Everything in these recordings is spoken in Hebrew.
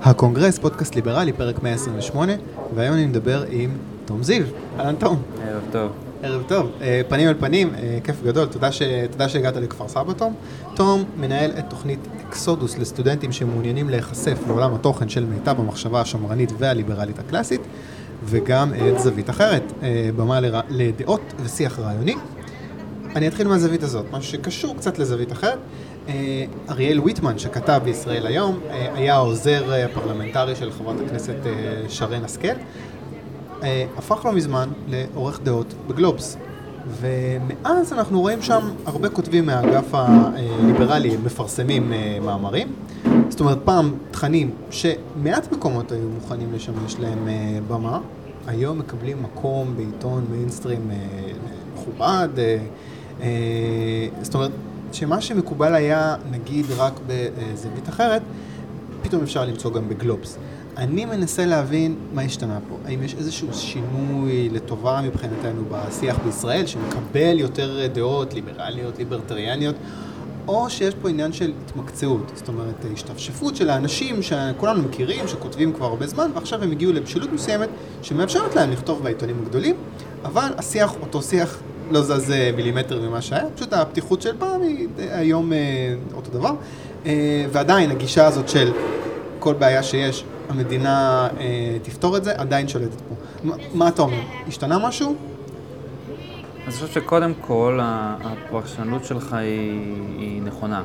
הקונגרס, פודקאסט ליברלי, פרק 128, והיום אני מדבר עם תום זיו. אהלן תום. ערב טוב. ערב טוב. פנים אל פנים, כיף גדול. תודה שהגעת לכפר סבא, תום. תום מנהל את תוכנית אקסודוס לסטודנטים שמעוניינים להיחשף לעולם התוכן של מיטב המחשבה השמרנית והליברלית הקלאסית, וגם את זווית אחרת, במה לדעות ושיח רעיוני. אני אתחיל מהזווית הזאת, משהו שקשור קצת לזווית אחרת. אריאל ויטמן, שכתב בישראל היום, היה העוזר הפרלמנטרי של חברת הכנסת שרן השכל, הפך לא מזמן לעורך דעות בגלובס. ומאז אנחנו רואים שם הרבה כותבים מהאגף הליברלי מפרסמים מאמרים. זאת אומרת, פעם תכנים שמעט מקומות היו מוכנים לשמש להם במה, היום מקבלים מקום בעיתון מיינסטרים מכובד. זאת אומרת, שמה שמקובל היה, נגיד, רק בזווית אחרת, פתאום אפשר למצוא גם בגלובס. אני מנסה להבין מה השתנה פה. האם יש איזשהו שינוי לטובה מבחינתנו בשיח בישראל, שמקבל יותר דעות ליברליות, ליברטריאניות, או שיש פה עניין של התמקצעות, זאת אומרת, השתפשפות של האנשים שכולנו מכירים, שכותבים כבר הרבה זמן, ועכשיו הם הגיעו לבשלות מסוימת, שמאפשרת להם לכתוב בעיתונים הגדולים, אבל השיח, אותו שיח, לא זז מילימטר ממה שהיה, פשוט הפתיחות של פעם היא היום אותו דבר, ועדיין הגישה הזאת של כל בעיה שיש, המדינה תפתור את זה, עדיין שולטת פה. מה אתה אומר? השתנה משהו? אני חושב שקודם כל הפרשנות שלך היא נכונה.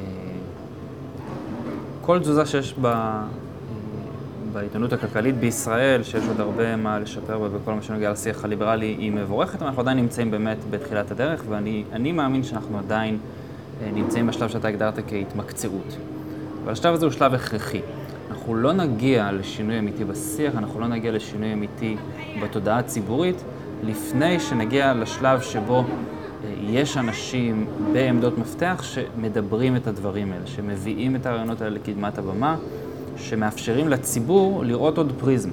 כל תזוזה שיש בעיתונות הכלכלית בישראל, שיש עוד הרבה מה לשפר בה בכל מה שנוגע לשיח הליברלי, היא מבורכת, אנחנו עדיין נמצאים באמת בתחילת הדרך, ואני מאמין שאנחנו עדיין נמצאים בשלב שאתה הגדרת כהתמקצעות. אבל השלב הזה הוא שלב הכרחי. אנחנו לא נגיע לשינוי אמיתי בשיח, אנחנו לא נגיע לשינוי אמיתי בתודעה הציבורית, לפני שנגיע לשלב שבו יש אנשים בעמדות מפתח שמדברים את הדברים האלה, שמביאים את הרעיונות האלה לקדמת הבמה, שמאפשרים לציבור לראות עוד פריזמה.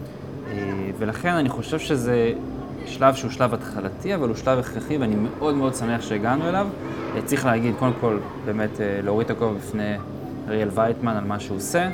ולכן אני חושב שזה שלב שהוא שלב התחלתי, אבל הוא שלב הכרחי, ואני מאוד מאוד שמח שהגענו אליו. צריך להגיד, קודם כל, באמת להוריד את הכובע בפני אריאל ויטמן על מה שהוא עושה.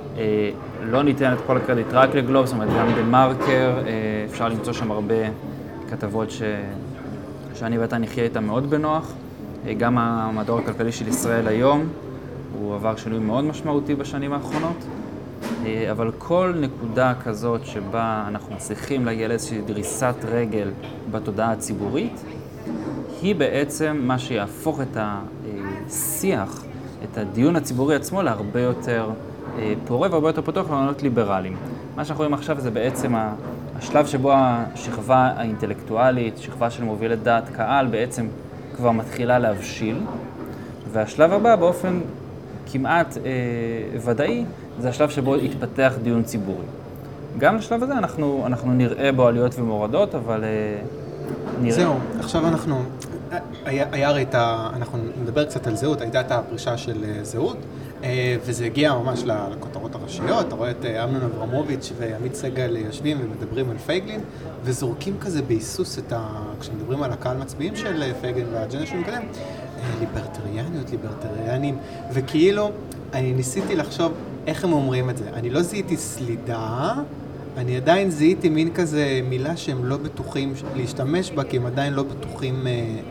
לא ניתן את כל הקרדיט רק לגלובס, זאת אומרת, גם דה-מרקר, אפשר למצוא שם הרבה כתבות שאני ואתה נחיה איתה מאוד בנוח. גם המדור הכלכלי של ישראל היום, הוא עבר שינוי מאוד משמעותי בשנים האחרונות, אבל כל נקודה כזאת שבה אנחנו מצליחים להגיע לאיזושהי דריסת רגל בתודעה הציבורית, היא בעצם מה שיהפוך את השיח, את הדיון הציבורי עצמו להרבה יותר פורה והרבה יותר פתוח לעולמות ליברליים. מה שאנחנו רואים עכשיו זה בעצם השלב שבו השכבה האינטלקטואלית, שכבה של מובילת דעת קהל, בעצם כבר מתחילה להבשיל, והשלב הבא באופן כמעט ודאי, זה השלב שבו יתפתח דיון ציבורי. גם לשלב הזה אנחנו נראה בו עליות ומורדות, אבל נראה. זהו, עכשיו היה הרי אנחנו נדבר קצת על זהות, הייתה את הפרישה של זהות, וזה הגיע ממש לכותרות הראשיות, אתה רואה את אמנון אברמוביץ' ועמית סגל יושבים ומדברים על פייגלין, וזורקים כזה בהיסוס כשמדברים על הקהל מצביעים של פייגלין והאג'נדה שהוא מקדם, ליברטריאנים, וכאילו אני ניסיתי לחשוב איך הם אומרים את זה. אני לא זיהיתי סלידה, אני עדיין זיהיתי מין כזה מילה שהם לא בטוחים להשתמש בה, כי הם עדיין לא בטוחים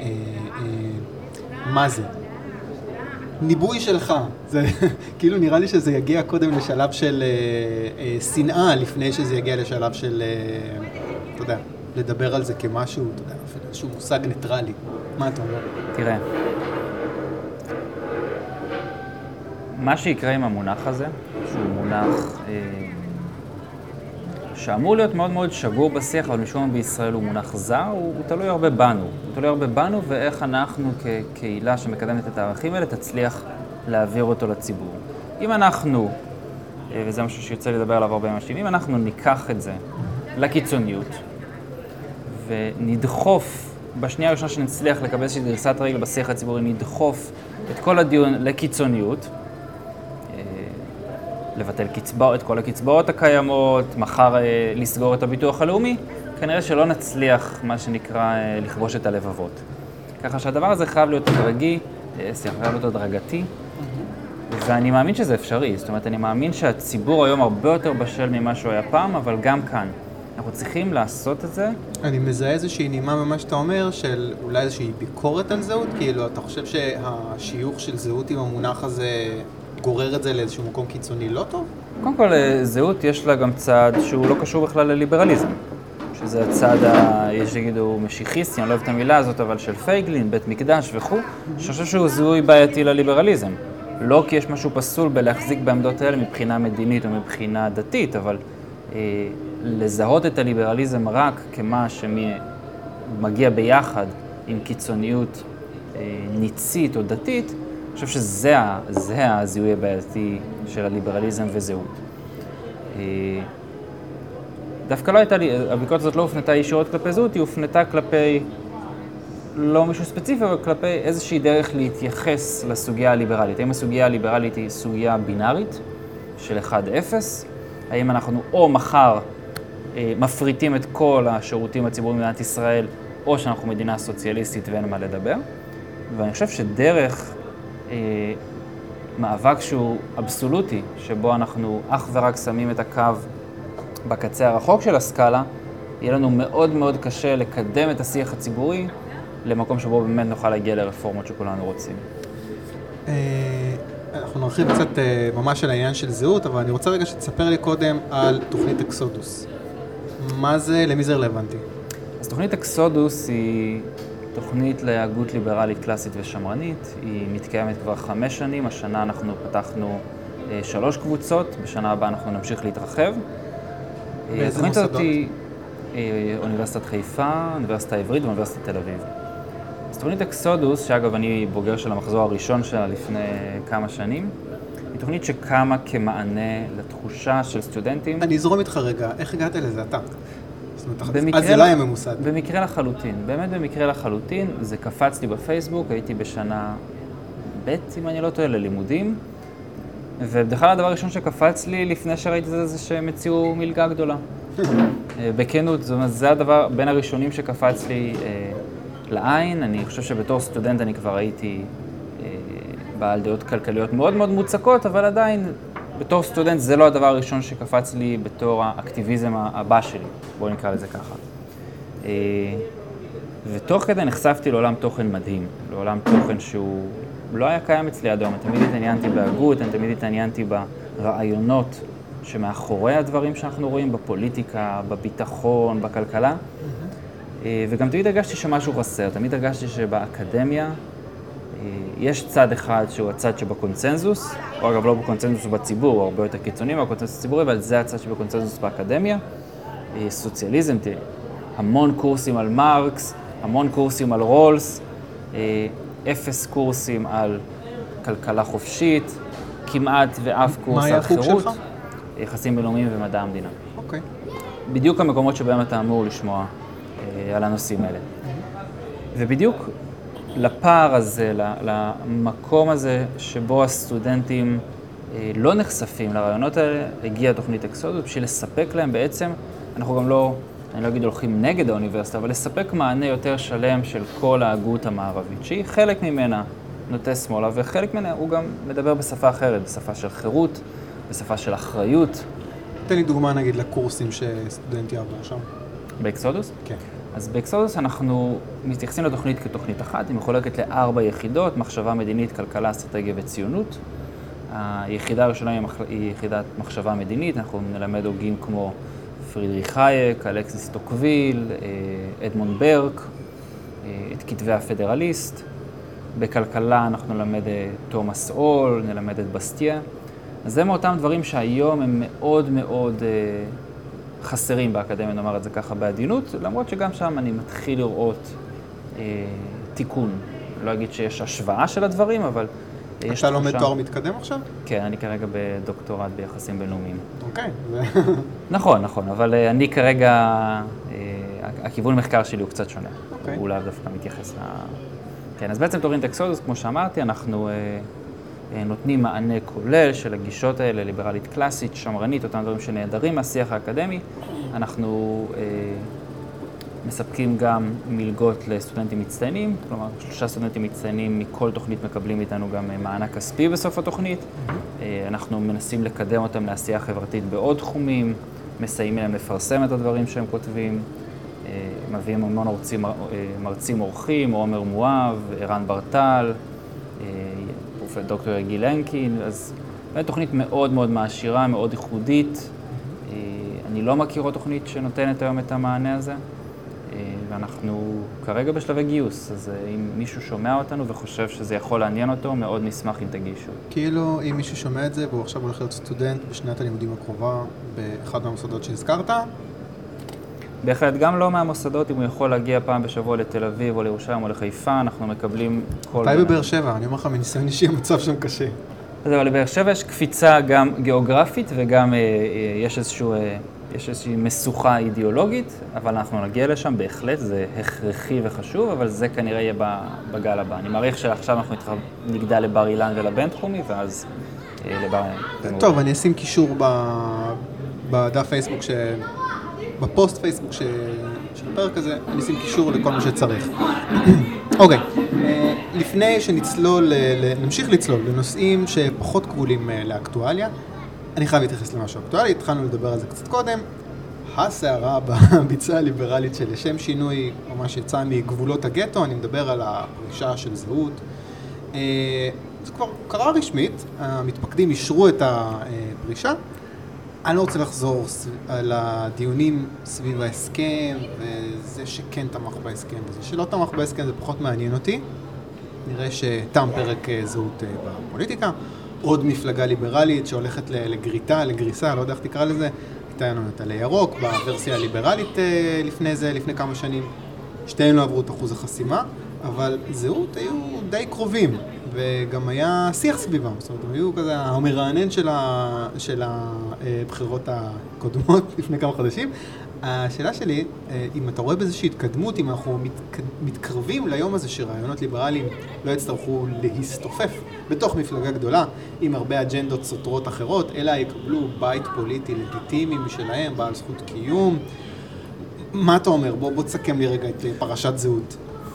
מה זה. ניבוי שלך, זה כאילו נראה לי שזה יגיע קודם לשלב של שנאה, לפני שזה יגיע לשלב של, אתה יודע, לדבר על זה כמשהו, אתה יודע, איזשהו מושג ניטרלי. מה אתה אומר? תראה, מה שיקרה עם המונח הזה, שהוא מונח שאמור להיות מאוד מאוד שגור בשיח, אבל משום בישראל הוא מונח זר, הוא תלוי הרבה בנו. הוא תלוי הרבה בנו ואיך אנחנו כקהילה שמקדמת את הערכים האלה תצליח להעביר אותו לציבור. אם אנחנו, וזה משהו שיוצא לדבר עליו הרבה אנשים, אם אנחנו ניקח את זה לקיצוניות ונדחוף בשנייה הראשונה שנצליח לקבל איזושהי דריסת רגל בשיח הציבורי, נדחוף את כל הדיון לקיצוניות, לבטל את כל הקצבאות הקיימות, מחר לסגור את הביטוח הלאומי, כנראה שלא נצליח, מה שנקרא, לכבוש את הלבבות. ככה שהדבר הזה חייב להיות הדרגתי, ואני מאמין שזה אפשרי, זאת אומרת, אני מאמין שהציבור היום הרבה יותר בשל ממה שהוא היה פעם, אבל גם כאן. אנחנו צריכים לעשות את זה. אני מזהה איזושהי נימה ממה שאתה אומר, של אולי איזושהי ביקורת על זהות, כאילו, אתה חושב שהשיוך של זהות עם המונח הזה גורר את זה לאיזשהו מקום קיצוני לא טוב? קודם כל, זהות יש לה גם צד שהוא לא קשור בכלל לליברליזם, שזה הצד, יש שיגידו משיחיסטי, אני לא אוהב את המילה הזאת, אבל של פייגלין, בית מקדש וכו', שאני חושב שהוא זיהוי בעייתי לליברליזם. לא כי יש משהו פסול בלהחזיק בעמדות האלה מבחינה מדינית או מבחינה דתית, אבל לזהות את הליברליזם רק כמה שמגיע ביחד עם קיצוניות ניצית או דתית, אני חושב שזה הזיהוי הבעייתי של הליברליזם וזהות. דווקא לא הייתה לי, הביקורת הזאת לא הופנתה ישירות כלפי זהות, היא הופנתה כלפי לא מישהו ספציפי, אבל כלפי איזושהי דרך להתייחס לסוגיה הליברלית. האם הסוגיה הליברלית היא סוגיה בינארית של 1-0? האם אנחנו או מחר מפריטים את כל השירותים הציבוריים במדינת ישראל, או שאנחנו מדינה סוציאליסטית ואין מה לדבר? ואני חושב שדרך מאבק שהוא אבסולוטי, שבו אנחנו אך ורק שמים את הקו בקצה הרחוק של הסקאלה, יהיה לנו מאוד מאוד קשה לקדם את השיח הציבורי למקום שבו באמת נוכל להגיע לרפורמות שכולנו רוצים. אנחנו נרחיב קצת ממש על העניין של זהות, אבל אני רוצה רגע שתספר לי קודם על תוכנית אקסודוס. מה זה, למי זה רלוונטי? אז תוכנית אקסודוס היא תוכנית להגות ליברלית קלאסית ושמרנית. היא מתקיימת כבר 5 שנים, השנה אנחנו פתחנו 3 קבוצות, בשנה הבאה אנחנו נמשיך להתרחב. באיזה מוסדות? אוניברסיטת חיפה, אוניברסיטה העברית ואוניברסיטת תל אביב. אז תוכנית אקסודוס, שאגב אני בוגר של המחזור הראשון שלה לפני כמה שנים, היא תוכנית שקמה כמענה לתחושה של סטודנטים. אני אזרום איתך רגע, איך הגעת לזה אתה? אז זה לא היה ממוסד. במקרה לחלוטין, באמת במקרה לחלוטין, זה קפץ לי בפייסבוק, הייתי בשנה ב' אם אני לא טועה, ללימודים, ובכלל הדבר הראשון שקפץ לי לפני שראיתי זה שהם הציעו מלגה גדולה. בכנות, זאת אומרת, זה הדבר בין הראשונים שקפץ לי לעין. אני חושב שבתור סטודנט אני כבר הייתי בעל דעות כלכליות מאוד מאוד מוצקות, אבל עדיין בתור סטודנט זה לא הדבר הראשון שקפץ לי בתור האקטיביזם הבא שלי, בואו נקרא לזה ככה. ותוך כדי נחשפתי לעולם תוכן מדהים, לעולם תוכן שהוא לא היה קיים אצלי עד היום. אני תמיד התעניינתי בהגות, אני תמיד התעניינתי ברעיונות שמאחורי הדברים שאנחנו רואים, בפוליטיקה, בביטחון, בכלכלה. וגם תמיד הרגשתי שמשהו חסר, תמיד הרגשתי שבאקדמיה יש צד אחד שהוא הצד שבקונצנזוס, או אגב לא בקונצנזוס בציבור, הוא הרבה יותר קיצוני מהקונצנזוס הציבורי, אבל זה הצד שבקונצנזוס באקדמיה. סוציאליזם, המון קורסים על מרקס, המון קורסים על רולס, 0 קורסים על כלכלה חופשית, כמעט ואף קורס על חירות. מה היה החוג שלך? יחסים בינלאומיים ומדע המדינה. אוקיי. בדיוק המקומות שבהם אתה אמור לשמוע על הנושאים האלה. ובדיוק לפער הזה, למקום הזה שבו הסטודנטים לא נחשפים לרעיונות האלה, הגיעה תוכנית אקסודוס בשביל לספק להם בעצם, אנחנו גם לא, אני לא אגיד הולכים נגד האוניברסיטה, אבל לספק מענה יותר שלם של כל ההגות המערבית, שהיא חלק ממנה נוטה שמאלה, וחלק ממנה הוא גם מדבר בשפה אחרת, בשפה של חירות, בשפה של אחריות. תן לי דוגמה נגיד לקורסים שסטודנט יעבור שם. באקסודוס? כן. אז באקסודוס אנחנו מתייחסים לתוכנית כתוכנית אחת, היא מחולקת ל4 יחידות, מחשבה מדינית, כלכלה, אסטרטגיה וציונות. היחידה הראשונה היא יחידת מחשבה מדינית, אנחנו נלמד הוגים כמו פרידריך הייק, אלכסיס טוקוויל, אדמונד ברק, את כתבי הפדרליסט. בכלכלה אנחנו נלמד תומאס אול, נלמד את בסטיה. אז זה מאותם דברים שהיום הם מאוד מאוד חסרים באקדמיה, נאמר את זה ככה בעדינות, למרות שגם שם אני מתחיל לראות תיקון. לא אגיד שיש השוואה של הדברים, אבל יש אתה לומד תואר מתקדם עכשיו? כן, אני כרגע בדוקטורט ביחסים בינלאומיים. אוקיי. נכון, אבל אני כרגע, הכיוון מחקר שלי הוא קצת שונה. אוקיי. הוא לאו דווקא מתייחס כן, אז בעצם תוכנית אקסודוס, כמו שאמרתי, אנחנו נותנים מענה כולל של הגישות האלה, ליברלית קלאסית, שמרנית, אותם דברים שנהדרים מהשיח האקדמי. אנחנו מספקים גם מלגות לסטודנטים מצטיינים, כלומר 3 סטודנטים מצטיינים מכל תוכנית מקבלים איתנו גם מענק כספי בסוף התוכנית. אנחנו מנסים לקדם אותם לעשייה חברתית בעוד תחומים, מסייעים להם לפרסם את הדברים שהם כותבים, מביאים המון מרצים אורחים, עומר מואב, ערן ברטל, דוקטור גיל הנקין, אז תוכנית מאוד מאוד מעשירה, מאוד ייחודית. אני לא מכיר עוד תוכנית שנותנת היום את המענה הזה, ואנחנו כרגע בשלבי גיוס, אז אם מישהו שומע אותנו וחושב שזה יכול לעניין אותו, מאוד נשמח אם תגישו. כאילו, אם מישהו שומע את זה והוא עכשיו הולך להיות סטודנט בשנת הלימודים הקרובה באחד מהמוסדות שהזכרת? בהחלט, גם לא מהמוסדות, אם הוא יכול להגיע פעם בשבוע לתל אביב או לירושלים או לחיפה, אנחנו מקבלים כל... מתי בבאר שבע? אני אומר לך מניסיון אישי, המצב שם קשה. אז אבל לבאר שבע יש קפיצה גם גיאוגרפית וגם יש איזושהי משוכה אידיאולוגית, אבל אנחנו נגיע לשם בהחלט, זה הכרחי וחשוב, אבל זה כנראה יהיה בגל הבא. אני מעריך שעכשיו אנחנו נגדל לבר אילן ולבינתחומי, ואז לבר... טוב, אני אשים קישור בדף פייסבוק, בפוסט פייסבוק של הפרק הזה, אני אשים קישור לכל מה שצריך. אוקיי, לפני שנצלול, נמשיך לצלול לנושאים שפחות קבולים לאקטואליה, אני חייב להתייחס למשהו אקטואלי, התחלנו לדבר על זה קצת קודם. הסערה בביצה הליברלית שלשם שינוי ממש יצא מגבולות הגטו, אני מדבר על הפרישה של זהות. זה כבר קרה רשמית, המתפקדים אישרו את הפרישה. אני לא רוצה לחזור על הדיונים סביב ההסכם, וזה שכן תמך בהסכם, וזה שלא תמך בהסכם זה פחות מעניין אותי. נראה שתם פרק זהות בפוליטיקה. עוד מפלגה ליברלית שהולכת לגריסה, לא יודע איך תקרא לזה, הייתה לנו את עלי ירוק, בוורסיה הליברלית לפני כמה שנים. שתיהן לא עברו את אחוז החסימה, אבל זהות היו די קרובים, וגם היה שיח סביבם, זאת אומרת, הם היו כזה המרענן של הבחירות הקודמות לפני כמה חודשים. השאלה שלי, אם אתה רואה באיזושהי התקדמות, אם אנחנו מתקרבים ליום הזה שרעיונות ליברליים לא יצטרכו להסתופף בתוך מפלגה גדולה, עם הרבה אג'נדות סותרות אחרות, אלא יקבלו בית פוליטי לגיטימי משלהם, בעל זכות קיום. מה אתה אומר? בוא תסכם לי רגע את פרשת זהות.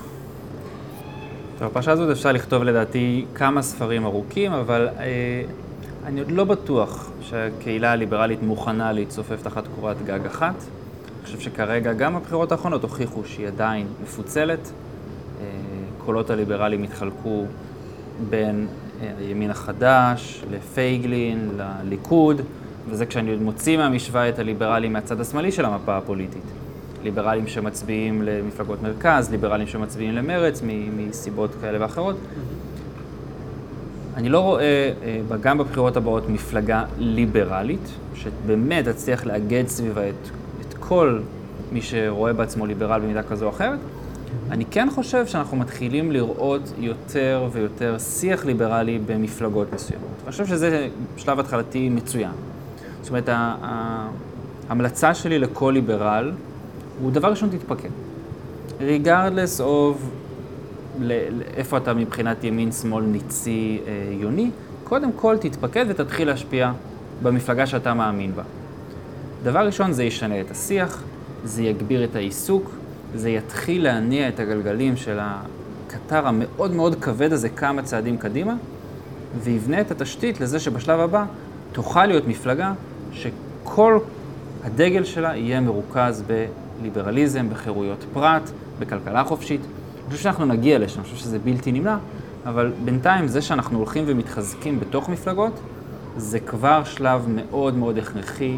טוב, בפרשה הזאת אפשר לכתוב לדעתי כמה ספרים ארוכים, אבל אני עוד לא בטוח שהקהילה הליברלית מוכנה להתצופף תחת קורת גג אחת. אני חושב שכרגע גם הבחירות האחרונות הוכיחו שהיא עדיין מפוצלת. קולות הליברליים התחלקו בין הימין החדש, לפייגלין, לליכוד, וזה כשאני עוד מוציא מהמשוואה את הליברלים מהצד השמאלי של המפה הפוליטית. ליברלים שמצביעים למפלגות מרכז, ליברלים שמצביעים למרץ מסיבות כאלה ואחרות. אני לא רואה גם בבחירות הבאות מפלגה ליברלית, שבאמת תצליח לאגד סביבה את כל מי שרואה בעצמו ליברל במידה כזו או אחרת. אני כן חושב שאנחנו מתחילים לראות יותר ויותר שיח ליברלי במפלגות מסוימות. אני חושב שזה שלב התחלתי מצוין. זאת אומרת, ההמלצה שלי לכל ליברל הוא דבר ראשון תתפקד. regardless of איפה אתה מבחינת ימין, שמאל, ניצי, יוני, קודם כל תתפקד ותתחיל להשפיע במפלגה שאתה מאמין בה. דבר ראשון זה ישנה את השיח, זה יגביר את העיסוק, זה יתחיל להניע את הגלגלים של הקטר המאוד מאוד כבד הזה כמה צעדים קדימה, ויבנה את התשתית לזה שבשלב הבא תוכל להיות מפלגה שכל הדגל שלה יהיה מרוכז בליברליזם, בחירויות פרט, בכלכלה חופשית. אני חושב שאנחנו נגיע לשם, אני חושב שזה בלתי נמנע, אבל בינתיים זה שאנחנו הולכים ומתחזקים בתוך מפלגות, זה כבר שלב מאוד מאוד הכרחי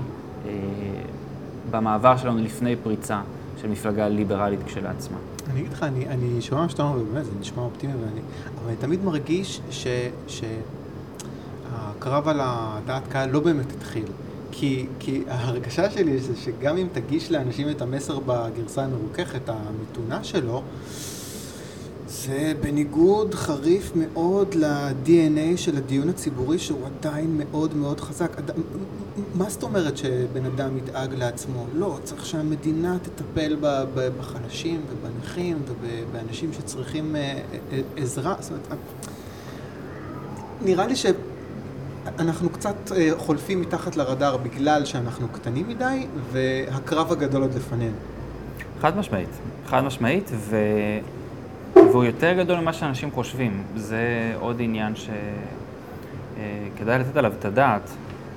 במעבר שלנו לפני פריצה של מפלגה ליברלית כשלעצמה. אני אגיד לך, אני שומע שאתה אומר, ובאמת, זה נשמע אופטימי, אבל אני תמיד מרגיש שהקרב על הדעת קהל לא באמת התחיל. כי ההרגשה שלי זה שגם אם תגיש לאנשים את המסר בגרסה המרוככת, המתונה שלו, זה בניגוד חריף מאוד ל-DNA של הדיון הציבורי שהוא עדיין מאוד מאוד חזק. מה זאת אומרת שבן אדם ידאג לעצמו? לא, צריך שהמדינה תטפל בחלשים ובנכים ובאנשים שצריכים עזרה. זאת אומרת, נראה לי שאנחנו קצת חולפים מתחת לרדאר בגלל שאנחנו קטנים מדי, והקרב הגדול עוד לפנינו. חד משמעית, והוא יותר גדול ממה שאנשים חושבים. זה עוד עניין שכדאי לתת עליו את הדעת.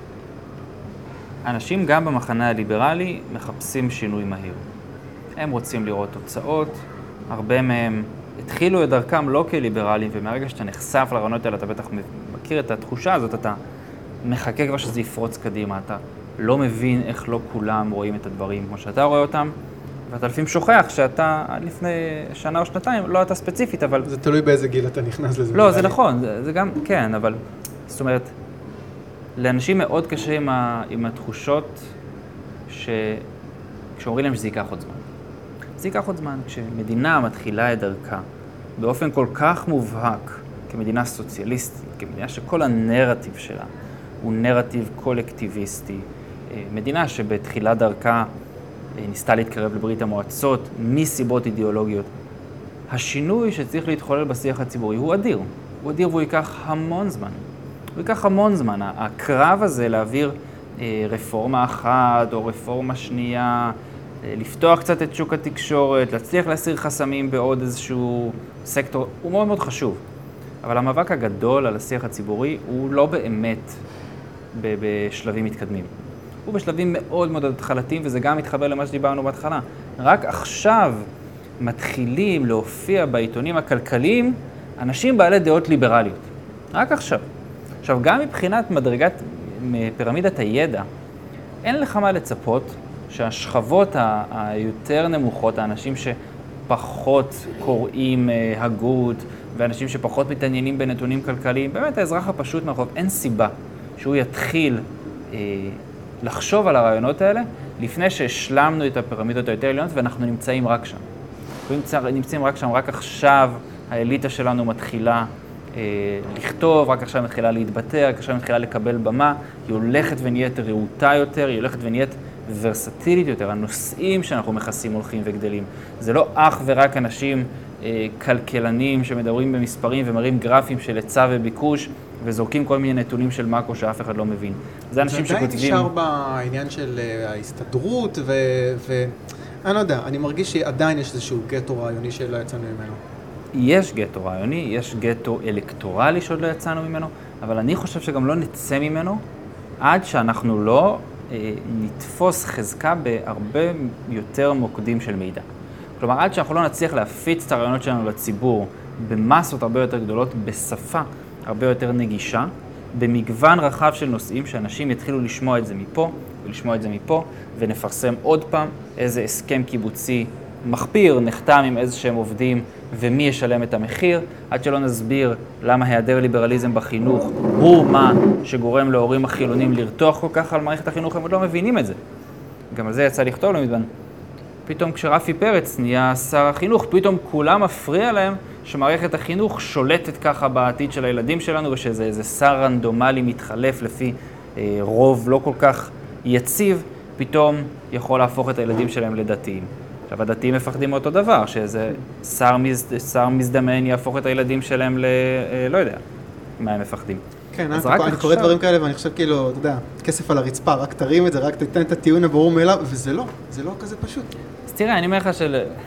אנשים גם במחנה הליברלי מחפשים שינוי מהיר. הם רוצים לראות תוצאות, הרבה מהם התחילו את דרכם לא כליברלים, ומהרגע שאתה נחשף לרעיונות האלה, אתה בטח מכיר את התחושה הזאת, אתה מחכה כבר שזה יפרוץ קדימה, אתה לא מבין איך לא כולם רואים את הדברים כמו שאתה רואה אותם, ואתה לפעמים שוכח שאתה לפני שנה או שנתיים, לא אתה ספציפית, אבל... זה תלוי באיזה גיל אתה נכנס לזה. לא, זה נכון, זה גם, כן, אבל זאת אומרת, לאנשים מאוד קשה עם התחושות כשאומרים להם שזה ייקח עוד זמן. זה ייקח עוד זמן. כשמדינה מתחילה את דרכה באופן כל כך מובהק, כמדינה סוציאליסטית, כמדינה שכל הנרטיב שלה הוא נרטיב קולקטיביסטי, מדינה שבתחילת דרכה ניסתה להתקרב לברית המועצות מסיבות אידיאולוגיות, השינוי שצריך להתחולל בשיח הציבורי הוא אדיר. הוא אדיר והוא ייקח המון זמן. הוא ייקח המון זמן. הקרב הזה להעביר רפורמה אחת או רפורמה שנייה, לפתוח קצת את שוק התקשורת, להצליח להסיר חסמים בעוד איזשהו סקטור, הוא מאוד מאוד חשוב. אבל המאבק הגדול על השיח הציבורי הוא לא באמת בשלבים מתקדמים. הוא בשלבים מאוד מאוד התחלתיים, וזה גם מתחבר למה שדיברנו בהתחלה. רק עכשיו מתחילים להופיע בעיתונים הכלכליים אנשים בעלי דעות ליברליות. רק עכשיו. עכשיו, גם מבחינת פירמידת הידע, אין לך מה לצפות שהשכבות היותר נמוכות, האנשים שפחות קוראים הגות, ואנשים שפחות מתעניינים בנתונים כלכליים, באמת האזרח הפשוט מהרחוב, אין סיבה שהוא יתחיל לחשוב על הרעיונות האלה, לפני שהשלמנו את הפירמידות היותר עליונות, ואנחנו נמצאים רק שם. נמצאים רק שם, רק עכשיו האליטה שלנו מתחילה לכתוב, רק עכשיו מתחילה להתבטא, רק עכשיו מתחילה לקבל במה, היא הולכת ונהיית רעותה יותר, היא הולכת ונהיית ורסטילית יותר, הנושאים שאנחנו מכסים הולכים וגדלים. זה לא אך ורק אנשים כלכלנים שמדברים במספרים ומראים גרפים של היצע וביקוש, וזורקים כל מיני נתונים של מקרו שאף אחד לא מבין. זה אנשים שכותבים... זה עדיין נשאר בעניין של ההסתדרות, אני לא יודע, אני מרגיש שעדיין יש איזשהו גטו רעיוני שלא יצאנו ממנו. יש גטו רעיוני, יש גטו אלקטורלי שעוד לא יצאנו ממנו, אבל אני חושב שגם לא נצא ממנו עד שאנחנו לא נתפוס חזקה בהרבה יותר מוקדים של מידע. כלומר, עד שאנחנו לא נצליח להפיץ את הרעיונות שלנו לציבור במסות הרבה יותר גדולות, בשפה הרבה יותר נגישה, במגוון רחב של נושאים, שאנשים יתחילו לשמוע את זה מפה ולשמוע את זה מפה, ונפרסם עוד פעם איזה הסכם קיבוצי מחפיר נחתם עם איזה שהם עובדים, ומי ישלם את המחיר, עד שלא נסביר למה היעדר ליברליזם בחינוך הוא מה שגורם להורים החילונים לרתוח כל כך על מערכת החינוך, הם עוד לא מבינים את זה. גם על זה יצא לכתוב למדבן. פתאום כשרפי פרץ נהיה שר החינוך, פתאום כולם מפריע להם שמערכת החינוך שולטת ככה בעתיד של הילדים שלנו, ושזה איזה שר רנדומלי מתחלף לפי רוב לא כל כך יציב, פתאום יכול להפוך את הילדים שלהם לדתיים. עכשיו, הדתיים מפחדים מאותו דבר, שאיזה שר מזדמן יהפוך את הילדים שלהם לא יודע מה הם מפחדים. כן, אני קורא דברים כאלה ואני חושב כאילו, אתה יודע, כסף על הרצפה, רק תרים את זה, רק תיתן את הטיעון הברור מאליו, וזה לא כזה פשוט. אז תראה, אני אומר לך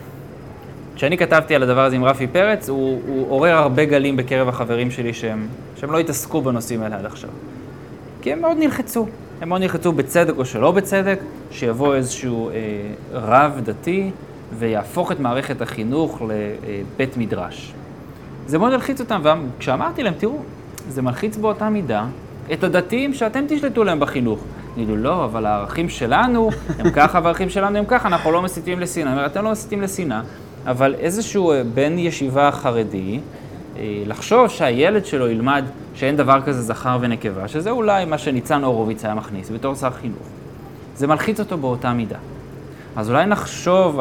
כשאני כתבתי על הדבר הזה עם רפי פרץ, הוא עורר הרבה גלים בקרב החברים שלי שהם לא התעסקו בנושאים האלה עד עכשיו. כי הם מאוד נלחצו. הם מאוד נלחצו בצדק או שלא בצדק, שיבוא איזשהו רב דתי ויהפוך את מערכת החינוך לבית מדרש. זה מאוד מלחיץ אותם, וכשאמרתי להם, תראו, זה מלחיץ באותה מידה את הדתיים שאתם תשלטו להם בחינוך. נגידו, לא, אבל הערכים שלנו הם ככה, והערכים שלנו הם ככה, אנחנו לא מסיתים לשנאה. אומר, אתם לא מסיתים לשנאה, אבל איזשהו בן ישיבה חרדי, לחשוב שהילד שלו ילמד שאין דבר כזה זכר ונקבה, שזה אולי מה שניצן הורוביץ היה מכניס בתור שר חינוך. זה מלחיץ אותו באותה מידה. אז אולי נחשוב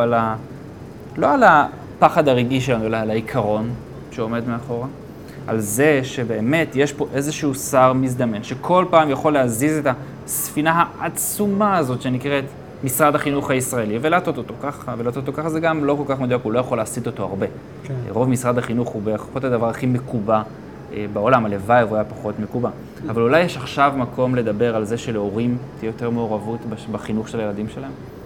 לא על הפחד הרגעי שלנו, אלא על העיקרון שעומד מאחורה, על זה שבאמת יש פה איזשהו שר מזדמן, שכל פעם יכול להזיז את הספינה העצומה הזאת שנקראת משרד החינוך הישראלי, ולעטות אותו ככה, זה גם לא כל כך מדויק, הוא לא יכול להסיט אותו הרבה. כן. רוב משרד החינוך הוא פחות הדבר הכי מקובע בעולם, הלוואי הוא היה פחות מקובע. אבל אולי יש עכשיו מקום לדבר על זה שלהורים תהיה יותר מעורבות בחינוך של הילדים שלהם.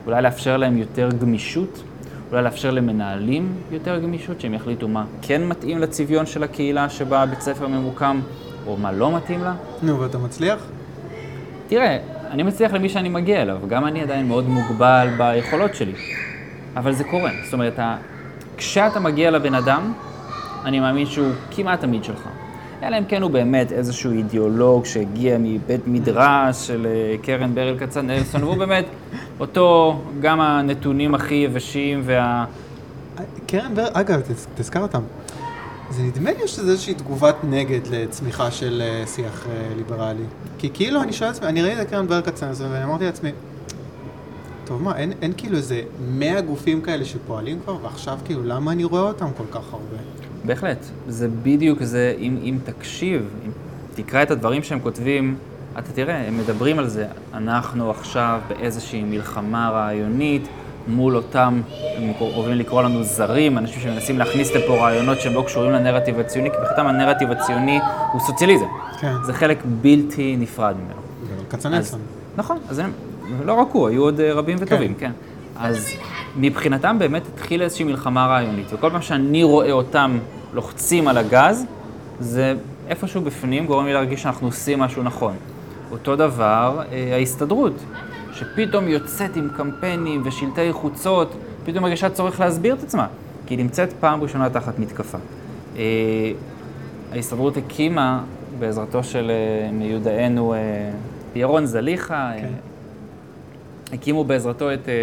אולי לאפשר להם יותר גמישות, אולי לאפשר למנהלים יותר גמישות, שהם יחליטו מה כן מתאים לצביון של הקהילה שבה הבית ספר ממוקם, או מה לא מתאים לה. נו, ואתה מצליח? תראה, אני מצליח למי שאני מגיע אליו, גם אני עדיין מאוד מוגבל ביכולות שלי, אבל זה קורה. זאת אומרת, כשאתה מגיע לבן אדם, אני מאמין שהוא כמעט תמיד שלך. אלא אם כן הוא באמת איזשהו אידיאולוג שהגיע מבית מדרש של קרן ברל כצנלסון, והוא באמת אותו, גם הנתונים הכי יבשים קרן ברל, אגב, תזכר אותם. זה נדמה לי שזה איזושהי תגובת נגד לצמיחה של שיח ליברלי. כי כאילו אני שואל לעצמי, אני ראיתי את קרן ברל כצנלסון ואני אמרתי לעצמי, טוב מה, אין כאילו איזה 100 גופים כאלה שפועלים כבר, ועכשיו כאילו למה אני רואה אותם כל כך הרבה? בהחלט, זה בדיוק זה, אם תקשיב, אם תקרא את הדברים שהם כותבים, אתה תראה, הם מדברים על זה. אנחנו עכשיו באיזושהי מלחמה רעיונית מול אותם, הם אוהבים לקרוא לנו זרים, אנשים שמנסים להכניס לפה רעיונות שהם לא קשורים לנרטיב הציוני, כי בכלל הנרטיב הציוני הוא סוציאליזם. כן. זה חלק בלתי נפרד ממנו. כצנלסון. נכון, אז לא רק הוא, היו עוד רבים וטובים, כן. אז מבחינתם באמת התחיל איזושהי מלחמה רעיונית, וכל פעם שאני רואה אותם לוחצים על הגז, זה איפשהו בפנים גורם לי להרגיש שאנחנו עושים משהו נכון. אותו דבר, ההסתדרות, שפתאום יוצאת עם קמפיינים ושלטי חוצות, פתאום מרגישה צורך להסביר את עצמה, כי היא נמצאת פעם ראשונה תחת מתקפה. ההסתדרות הקימה, בעזרתו של מיודענו ירון זליכה, הקימו בעזרתו את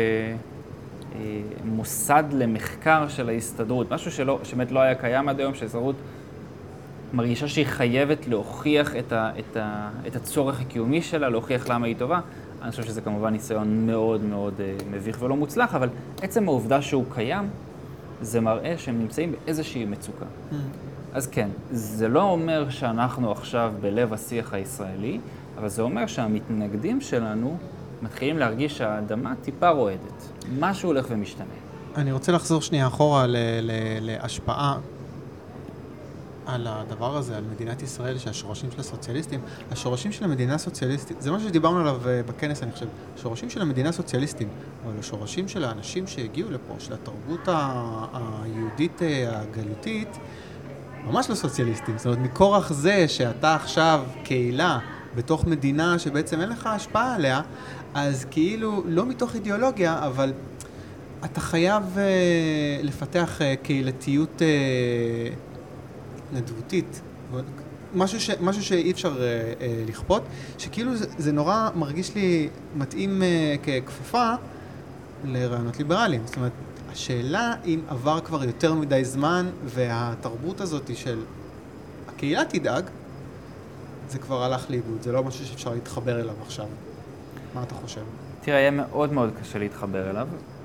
מוסד למחקר של ההסתדרות, משהו שבאמת לא היה קיים עד היום, שההסתדרות מרגישה שהיא חייבת להוכיח את הצורך הקיומי שלה, להוכיח למה היא טובה. אני חושב שזה כמובן ניסיון מאוד מאוד מביך ולא מוצלח, אבל עצם העובדה שהוא קיים, זה מראה שהם נמצאים באיזושהי מצוקה. אז כן, זה לא אומר שאנחנו עכשיו בלב השיח הישראלי, אבל זה אומר שהמתנגדים שלנו מתחילים להרגיש שהאדמה טיפה רועדת. משהו הולך ומשתנה. אני רוצה לחזור שנייה אחורה להשפעה על הדבר הזה, על מדינת ישראל, שהשורשים של הסוציאליסטים, השורשים של המדינה הסוציאליסטית, זה מה שדיברנו עליו בכנס, אני חושב, השורשים של המדינה הסוציאליסטים, אבל השורשים של האנשים שהגיעו לפה, של התרבות היהודית הגלותית, ממש לא סוציאליסטים. זאת אומרת, מכורח זה שאתה עכשיו קהילה בתוך מדינה שבעצם אין לך השפעה עליה, אז כאילו, לא מתוך אידיאולוגיה, אבל אתה חייב לפתח קהילתיות נדבותית, משהו שאי אפשר לכפות, שכאילו זה נורא מרגיש לי מתאים ככפפה לרעיונות ליברליים. זאת אומרת, השאלה אם עבר כבר יותר מדי זמן והתרבות הזאת של הקהילה תדאג, זה כבר הלך לאיבוד, זה לא משהו שאפשר להתחבר אליו עכשיו. מה אתה חושב? תראה, יהיה מאוד מאוד קשה להתחבר אליו.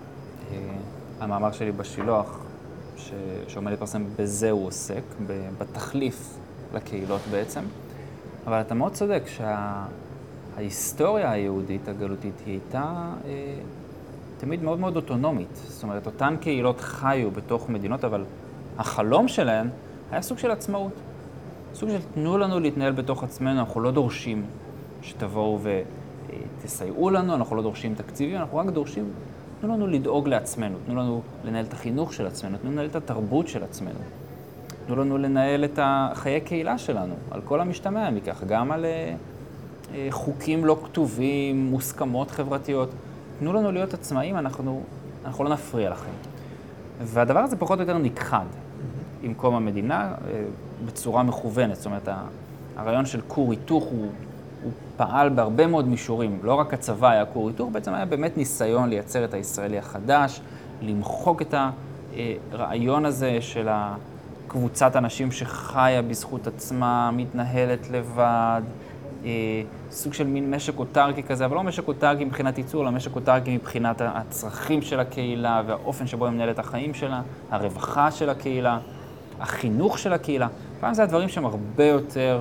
המאמר שלי בשילוח, שעומד לפרסם, בזה הוא עוסק, בתחליף לקהילות בעצם. אבל אתה מאוד צודק שההיסטוריה היהודית הגלותית היא הייתה תמיד מאוד מאוד אוטונומית. זאת אומרת, אותן קהילות חיו בתוך מדינות, אבל החלום שלהן היה סוג של עצמאות. סוג של תנו לנו להתנהל בתוך עצמנו, אנחנו לא דורשים שתבואו ותסייעו לנו, אנחנו לא דורשים תקציבים, אנחנו רק דורשים, תנו לנו לדאוג לעצמנו, תנו לנו לנהל את החינוך של עצמנו, תנו לנו לנהל את התרבות של עצמנו, תנו לנו לנהל את חיי קהילה שלנו, על כל המשתמע מכך, גם על חוקים לא כתובים, מוסכמות חברתיות. תנו לנו להיות עצמאים, אנחנו לא נפריע לכם. והדבר הזה פחות או יותר נכחד עם קום המדינה בצורה מכוונת. זאת אומרת, הרעיון של כור היתוך הוא פעל בהרבה מאוד מישורים. לא רק הצבא היה כור היתוך, בעצם היה באמת ניסיון לייצר את הישראלי החדש, למחוק את הרעיון הזה של קבוצת אנשים שחיה בזכות עצמה, מתנהלת לבד, סוג של מין משק אוטרקי כזה, אבל לא משק אוטרקי מבחינת ייצור, אלא משק אוטרקי מבחינת הצרכים של הקהילה והאופן שבו היא מנהלת החיים שלה, הרווחה של הקהילה, החינוך של הקהילה. פעם זה הדברים שהם הרבה יותר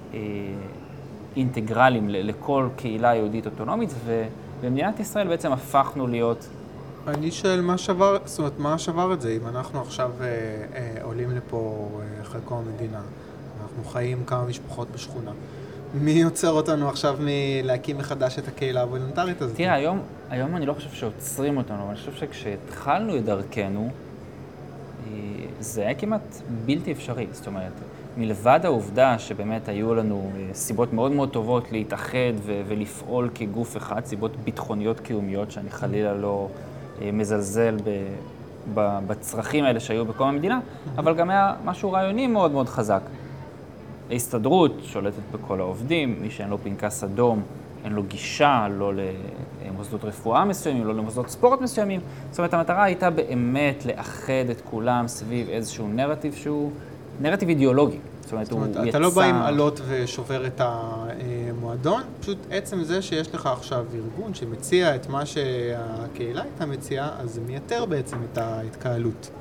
אינטגרליים לכל קהילה יהודית אוטונומית, ובמדינת ישראל בעצם הפכנו להיות... אני שואל מה שבר את זה, אם אנחנו עכשיו עולים לפה אחרי קום המדינה, אנחנו חיים כמה משפחות בשכונה, מי יוצר אותנו עכשיו מלהקים מחדש את הקהילה הוולונטרית הזאת? תראה, היום אני לא חושב שעוצרים אותנו, אבל אני חושב שכשהתחלנו את דרכנו, זה היה כמעט בלתי אפשרי. זאת אומרת, מלבד העובדה שבאמת היו לנו סיבות מאוד מאוד טובות להתאחד ולפעול כגוף אחד, סיבות ביטחוניות קיומיות, שאני חלילה לא מזלזל בצרכים האלה שהיו בכל המדינה, אבל גם היה משהו רעיוני מאוד מאוד חזק. ההסתדרות שולטת בכל העובדים, מי שאין לו פנקס אדום, אין לו גישה, לא למוסדות רפואה מסוימים, לא למוסדות ספורט מסוימים. זאת אומרת, המטרה הייתה באמת לאחד את כולם סביב איזשהו נרטיב שהוא נרטיב אידיאולוגי. זאת אומרת, הוא יצא... אתה לא בא עם עלות ושובר את המועדון, פשוט עצם זה שיש לך עכשיו ארגון שמציע את מה שהקהילה הייתה מציעה, אז זה מייתר בעצם את ההתקהלות.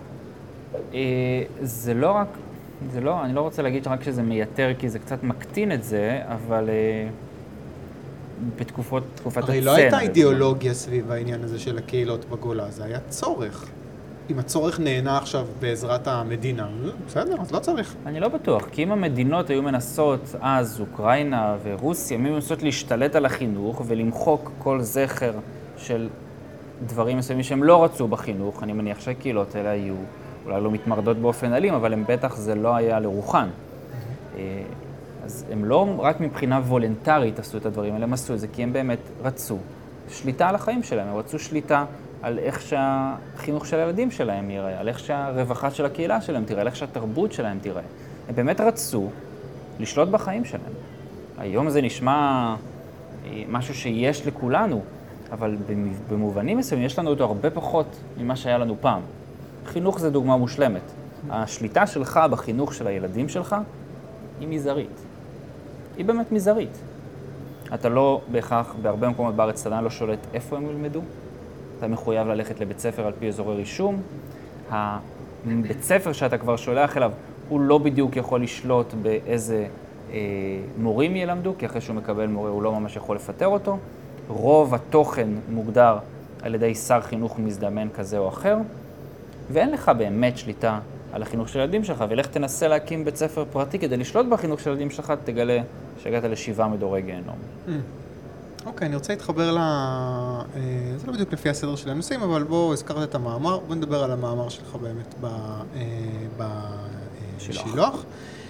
זה לא רק... אני לא רוצה להגיד רק שזה מייתר, כי זה קצת מקטין את זה, אבל בתקופת הצנע. הרי לא הייתה אידיאולוגיה סביב העניין הזה של הקהילות בגולה, זה היה צורך. אם הצורך נהנה עכשיו בעזרת המדינה, בסדר, אז לא צריך. אני לא בטוח, כי אם המדינות היו מנסות, אז אוקראינה ורוסיה, היו מנסות להשתלט על החינוך ולמחוק כל זכר של דברים מסוימים שהם לא רצו בחינוך, אני מניח שהקהילות האלה היו אולי לא מתמרדות באופן אלים, אבל הם בטח זה לא היה לרוחן. אז הם לא רק מבחינה וולנטרית עשו את הדברים האלה, הם עשו את זה כי הם באמת רצו שליטה על החיים שלהם, הם רצו שליטה על איך שהחינוך של הילדים שלהם ייראה, על איך שהרווחה של הקהילה שלהם תיראה, על איך שהתרבות שלהם תיראה. הם באמת רצו לשלוט בחיים שלהם. היום זה נשמע משהו שיש לכולנו, אבל במובנים מסוימים יש לנו אותו הרבה פחות ממה שהיה לנו פעם. חינוך זה דוגמה מושלמת. השליטה שלך בחינוך של הילדים שלך היא מזערית. היא באמת מזערית. אתה לא בהכרח, בהרבה מקומות בארץ, אתה לא שולט איפה הם ילמדו. אתה מחויב ללכת לבית ספר על פי אזורי רישום. הבית ספר שאתה כבר שולח אליו, הוא לא בדיוק יכול לשלוט באיזה מורים ילמדו, כי אחרי שהוא מקבל מורה הוא לא ממש יכול לפטר אותו. רוב התוכן מוגדר על ידי שר חינוך מזדמן כזה או אחר. ואין לך באמת שליטה על החינוך של הילדים שלך, ולך תנסה להקים בית ספר פרטי כדי לשלוט בחינוך של הילדים שלך, תגלה שהגעת ל7 מדורי גיהנום. אוקיי, אני רוצה להתחבר זה לא בדיוק לפי הסדר של הנושאים, אבל בואו, הזכרת את המאמר, בואו נדבר על המאמר שלך באמת בשילוח.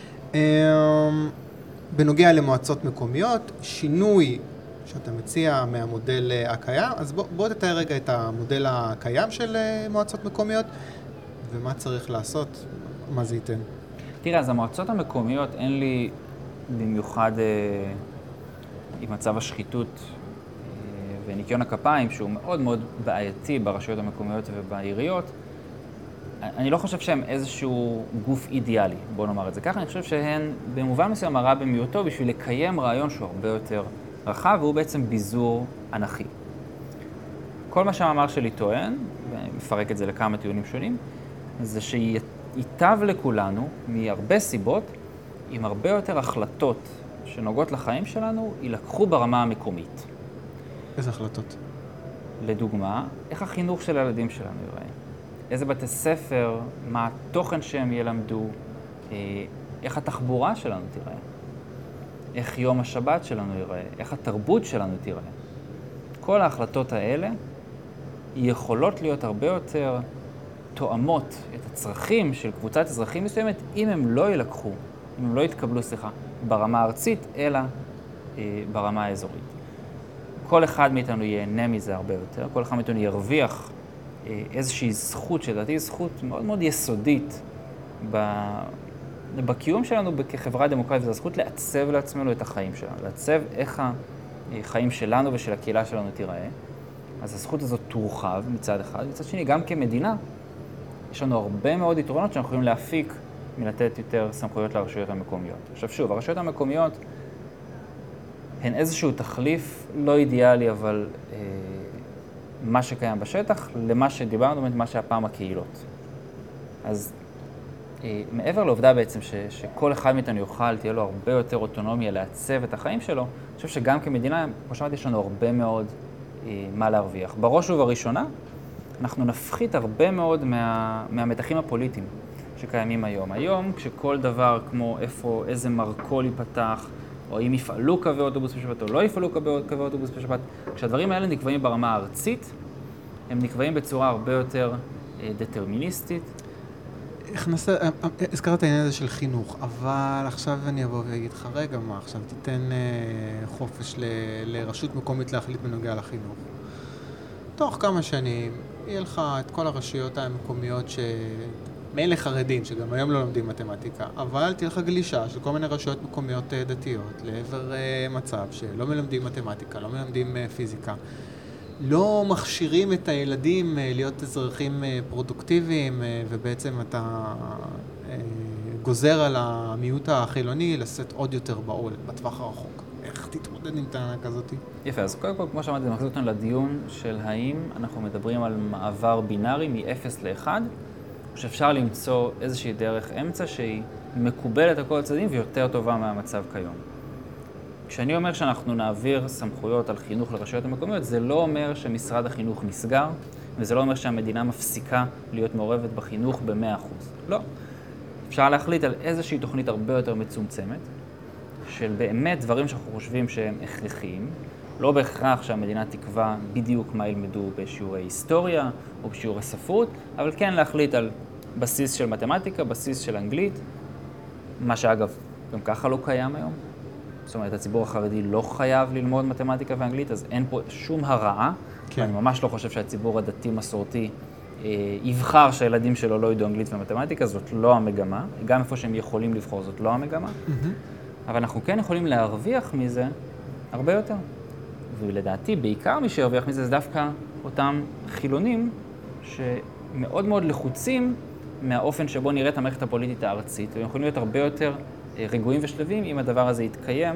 בנוגע למועצות מקומיות, שינוי שאתה מציע מהמודל הקיים, אז בוא תתאר רגע את המודל הקיים של מועצות מקומיות, ומה צריך לעשות, מה זה ייתן. תראה, אז המועצות המקומיות, אין לי במיוחד עם מצב השחיתות וניקיון הכפיים, שהוא מאוד מאוד בעייתי ברשויות המקומיות ובעיריות, אני לא חושב שהם איזשהו גוף אידיאלי, בוא נאמר את זה ככה, אני חושב שהן במובן מסוים הרע במיעוטו בשביל לקיים רעיון שהוא הרבה יותר רחב, והוא בעצם ביזור אנכי. כל מה שהמאמר שלי טוען, ואני מפרק את זה לכמה טיעונים שונים, זה שייטב לכולנו, מהרבה סיבות, עם הרבה יותר החלטות שנוגעות לחיים שלנו, יילקחו ברמה המקומית. איזה החלטות? לדוגמה, איך החינוך של הילדים שלנו ייראה? איזה בתי ספר, מה התוכן שהם ילמדו, איך התחבורה שלנו תיראה? איך יום השבת שלנו ייראה, איך התרבות שלנו תיראה. כל ההחלטות האלה יכולות להיות הרבה יותר תואמות את הצרכים של קבוצת אזרחים מסוימת, אם הם לא ילקחו, אם הם לא יתקבלו, ברמה הארצית, אלא ברמה האזורית. כל אחד מאיתנו ייהנה מזה הרבה יותר, כל אחד מאיתנו ירוויח איזושהי זכות, שלדעתי היא זכות מאוד מאוד יסודית בקיום שלנו כחברה דמוקרטית, זו הזכות לעצב לעצמנו את החיים שלנו, לעצב איך החיים שלנו ושל הקהילה שלנו תיראה. אז הזכות הזאת תורחב מצד אחד, מצד שני, גם כמדינה, יש לנו הרבה מאוד יתרונות שאנחנו יכולים להפיק מלתת יותר סמכויות לרשויות המקומיות. עכשיו שוב, הרשויות המקומיות הן איזשהו תחליף לא אידיאלי, אבל מה שקיים בשטח, למה שדיברנו, מה שהפעם הקהילות. אז מעבר לעובדה בעצם שכל אחד מאיתנו יוכל, תהיה לו הרבה יותר אוטונומיה לעצב את החיים שלו, אני חושב שגם כמדינה, כמו שאמרתי, יש לנו הרבה מאוד מה להרוויח. בראש ובראשונה, אנחנו נפחית הרבה מאוד מהמתחים הפוליטיים שקיימים היום. היום, כשכל דבר כמו איזה מרכול ייפתח, או אם יפעלו קווי אוטובוס בשבת או לא יפעלו קווי אוטובוס בשבת. כשהדברים האלה נקבעים ברמה הארצית, הם נקבעים בצורה הרבה יותר דטרמיניסטית. הזכרת העניין הזה של חינוך, אבל עכשיו אני אבוא ואגיד לך, רגע מה, עכשיו תיתן חופש לרשות מקומית להחליט בנוגע לחינוך. תוך כמה שנים יהיה לך את כל הרשויות המקומיות מילא חרדים, שגם היום לא לומדים מתמטיקה, אבל תהיה לך גלישה של כל מיני רשויות מקומיות דתיות לעבר מצב שלא מלמדים מתמטיקה, לא מלמדים פיזיקה. לא מכשירים את הילדים להיות אזרחים פרודוקטיביים, ובעצם אתה גוזר על המיעוט החילוני לשאת עוד יותר בעול בטווח הרחוק. איך תתמודד עם טענה כזאת? יפה, אז קודם כל, כמו שאמרתי, זה מחזיר אותנו לדיון של האם אנחנו מדברים על מעבר בינארי מ-0 ל-1, או שאפשר למצוא איזושהי דרך אמצע שהיא מקובלת על כל הצדדים ויותר טובה מהמצב כיום. כשאני אומר שאנחנו נעביר סמכויות על חינוך לרשויות המקומיות, זה לא אומר שמשרד החינוך נסגר, וזה לא אומר שהמדינה מפסיקה להיות מעורבת בחינוך ב-100%. לא. אפשר להחליט על איזושהי תוכנית הרבה יותר מצומצמת, של באמת דברים שאנחנו חושבים שהם הכרחיים, לא בהכרח שהמדינה תקבע בדיוק מה ילמדו בשיעורי היסטוריה או בשיעורי ספרות, אבל כן להחליט על בסיס של מתמטיקה, בסיס של אנגלית, מה שאגב גם ככה לא קיים היום. זאת אומרת, הציבור החרדי לא חייב ללמוד מתמטיקה ואנגלית, אז אין פה שום הרעה. כן. אני ממש לא חושב שהציבור הדתי-מסורתי יבחר שהילדים שלו לא ידעו אנגלית ומתמטיקה, זאת לא המגמה. גם איפה שהם יכולים לבחור, זאת לא המגמה. אבל אנחנו כן יכולים להרוויח מזה הרבה יותר. ולדעתי, בעיקר מי שירוויח מזה זה דווקא אותם חילונים שמאוד מאוד לחוצים מהאופן שבו נראית המערכת הפוליטית הארצית, והם יכולים להיות הרבה יותר רגועים ושלבים אם הדבר הזה יתקיים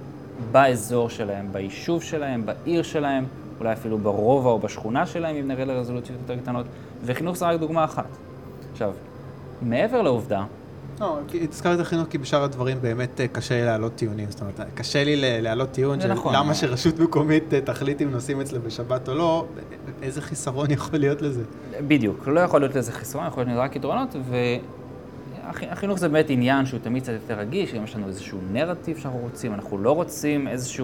באזור שלהם, ביישוב שלהם, בעיר שלהם, אולי אפילו ברובע או בשכונה שלהם, אם נראה לרזולוציות יותר קטנות, וחינוך זה רק דוגמה אחת. עכשיו, מעבר לעובדה, לא, תזכר את החינוך כי בשאר הדברים באמת קשה לי להעלות טיעונים, זאת אומרת, קשה לי להעלות טיעון של נכון. למה שרשות מקומית תחליט אם נוסעים אצלה בשבת או לא, איזה חיסרון יכול להיות לזה? בדיוק, לא יכול להיות לזה חיסרון, יכול להיות רק יתרונות, והחינוך זה באמת עניין שהוא תמיד קצת יותר רגיש, גם יש לנו איזשהו נרטיב שאנחנו רוצים, אנחנו לא רוצים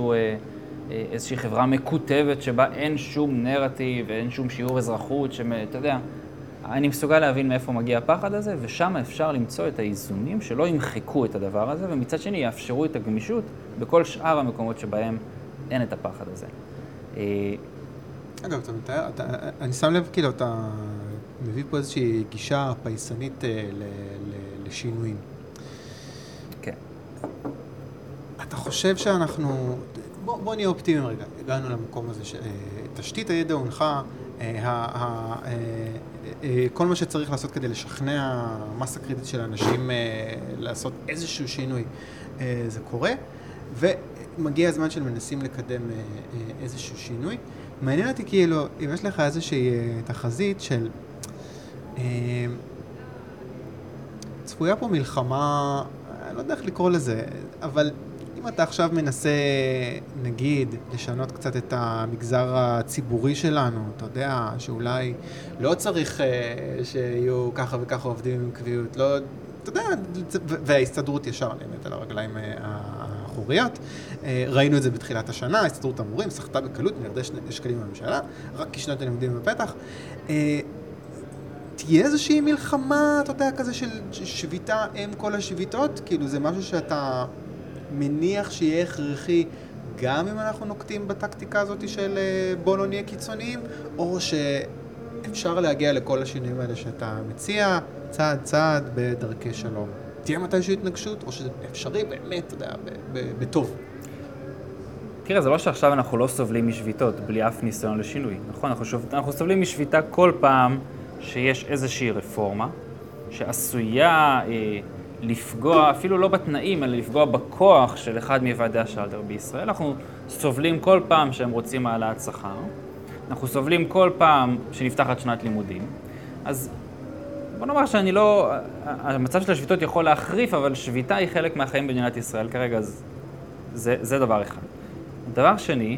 איזושהי חברה מקוטבת שבה אין שום נרטיב ואין שום שיעור אזרחות, אתה יודע, אני מסוגל להבין מאיפה מגיע הפחד הזה, ושם אפשר למצוא את האיזונים שלא ימחקו את הדבר הזה, ומצד שני יאפשרו את הגמישות בכל שאר המקומות שבהם אין את הפחד הזה. אגב, אתה מתאר, אני שם לב כאילו, אתה מביא פה איזושהי גישה פייסנית לשינויים. כן. אתה חושב שאנחנו, בוא נהיה אופטימיים רגע, הגענו למקום הזה, תשתית הידע הונחה, כל מה שצריך לעשות כדי לשכנע מסה קריטית של אנשים לעשות איזשהו שינוי, זה קורה, ומגיע הזמן של מנסים לקדם איזשהו שינוי. מעניין אותי כאילו, אם יש לך איזושהי תחזית של צפויה פה מלחמה, אני לא יודע איך לקרוא לזה, אבל אם אתה עכשיו מנסה, נגיד, לשנות קצת את המגזר הציבורי שלנו, אתה יודע שאולי לא צריך שיהיו ככה וככה עובדים עם קביעות, לא, אתה יודע, וההסתדרות ישר נעמת על הרגליים האחוריות. ראינו את זה בתחילת השנה, ההסתדרות המורים שחתה בקלות מיליארדי שקלים בממשלה, רק כשנת הלימודים בפתח. תהיה איזושהי מלחמה, אתה יודע, כזה של שביתה עם כל השביתות? כאילו זה משהו שאתה מניח שיהיה הכרחי גם אם אנחנו נוקטים בטקטיקה הזאת של בוא לא נהיה קיצוניים, או שאפשר להגיע לכל השינויים האלה שאתה מציע צעד צעד בדרכי שלום. תהיה מתישהו התנגשות, או שזה אפשרי באמת, אתה יודע, בטוב. תראה, זה לא שעכשיו אנחנו לא סובלים משביתות בלי אף ניסיון לשינוי, נכון? אנחנו סובלים משביתה כל פעם שיש איזושהי רפורמה שעשויה לפגוע, אפילו לא בתנאים, אלא לפגוע בכוח של אחד מוועדי השלטר בישראל. אנחנו סובלים כל פעם שהם רוצים העלאת שכר, אנחנו סובלים כל פעם שנפתחת שנת לימודים. אז בוא נאמר שאני לא, המצב של השביתות יכול להחריף, אבל שביתה היא חלק מהחיים במדינת ישראל כרגע, אז זה דבר אחד. דבר שני,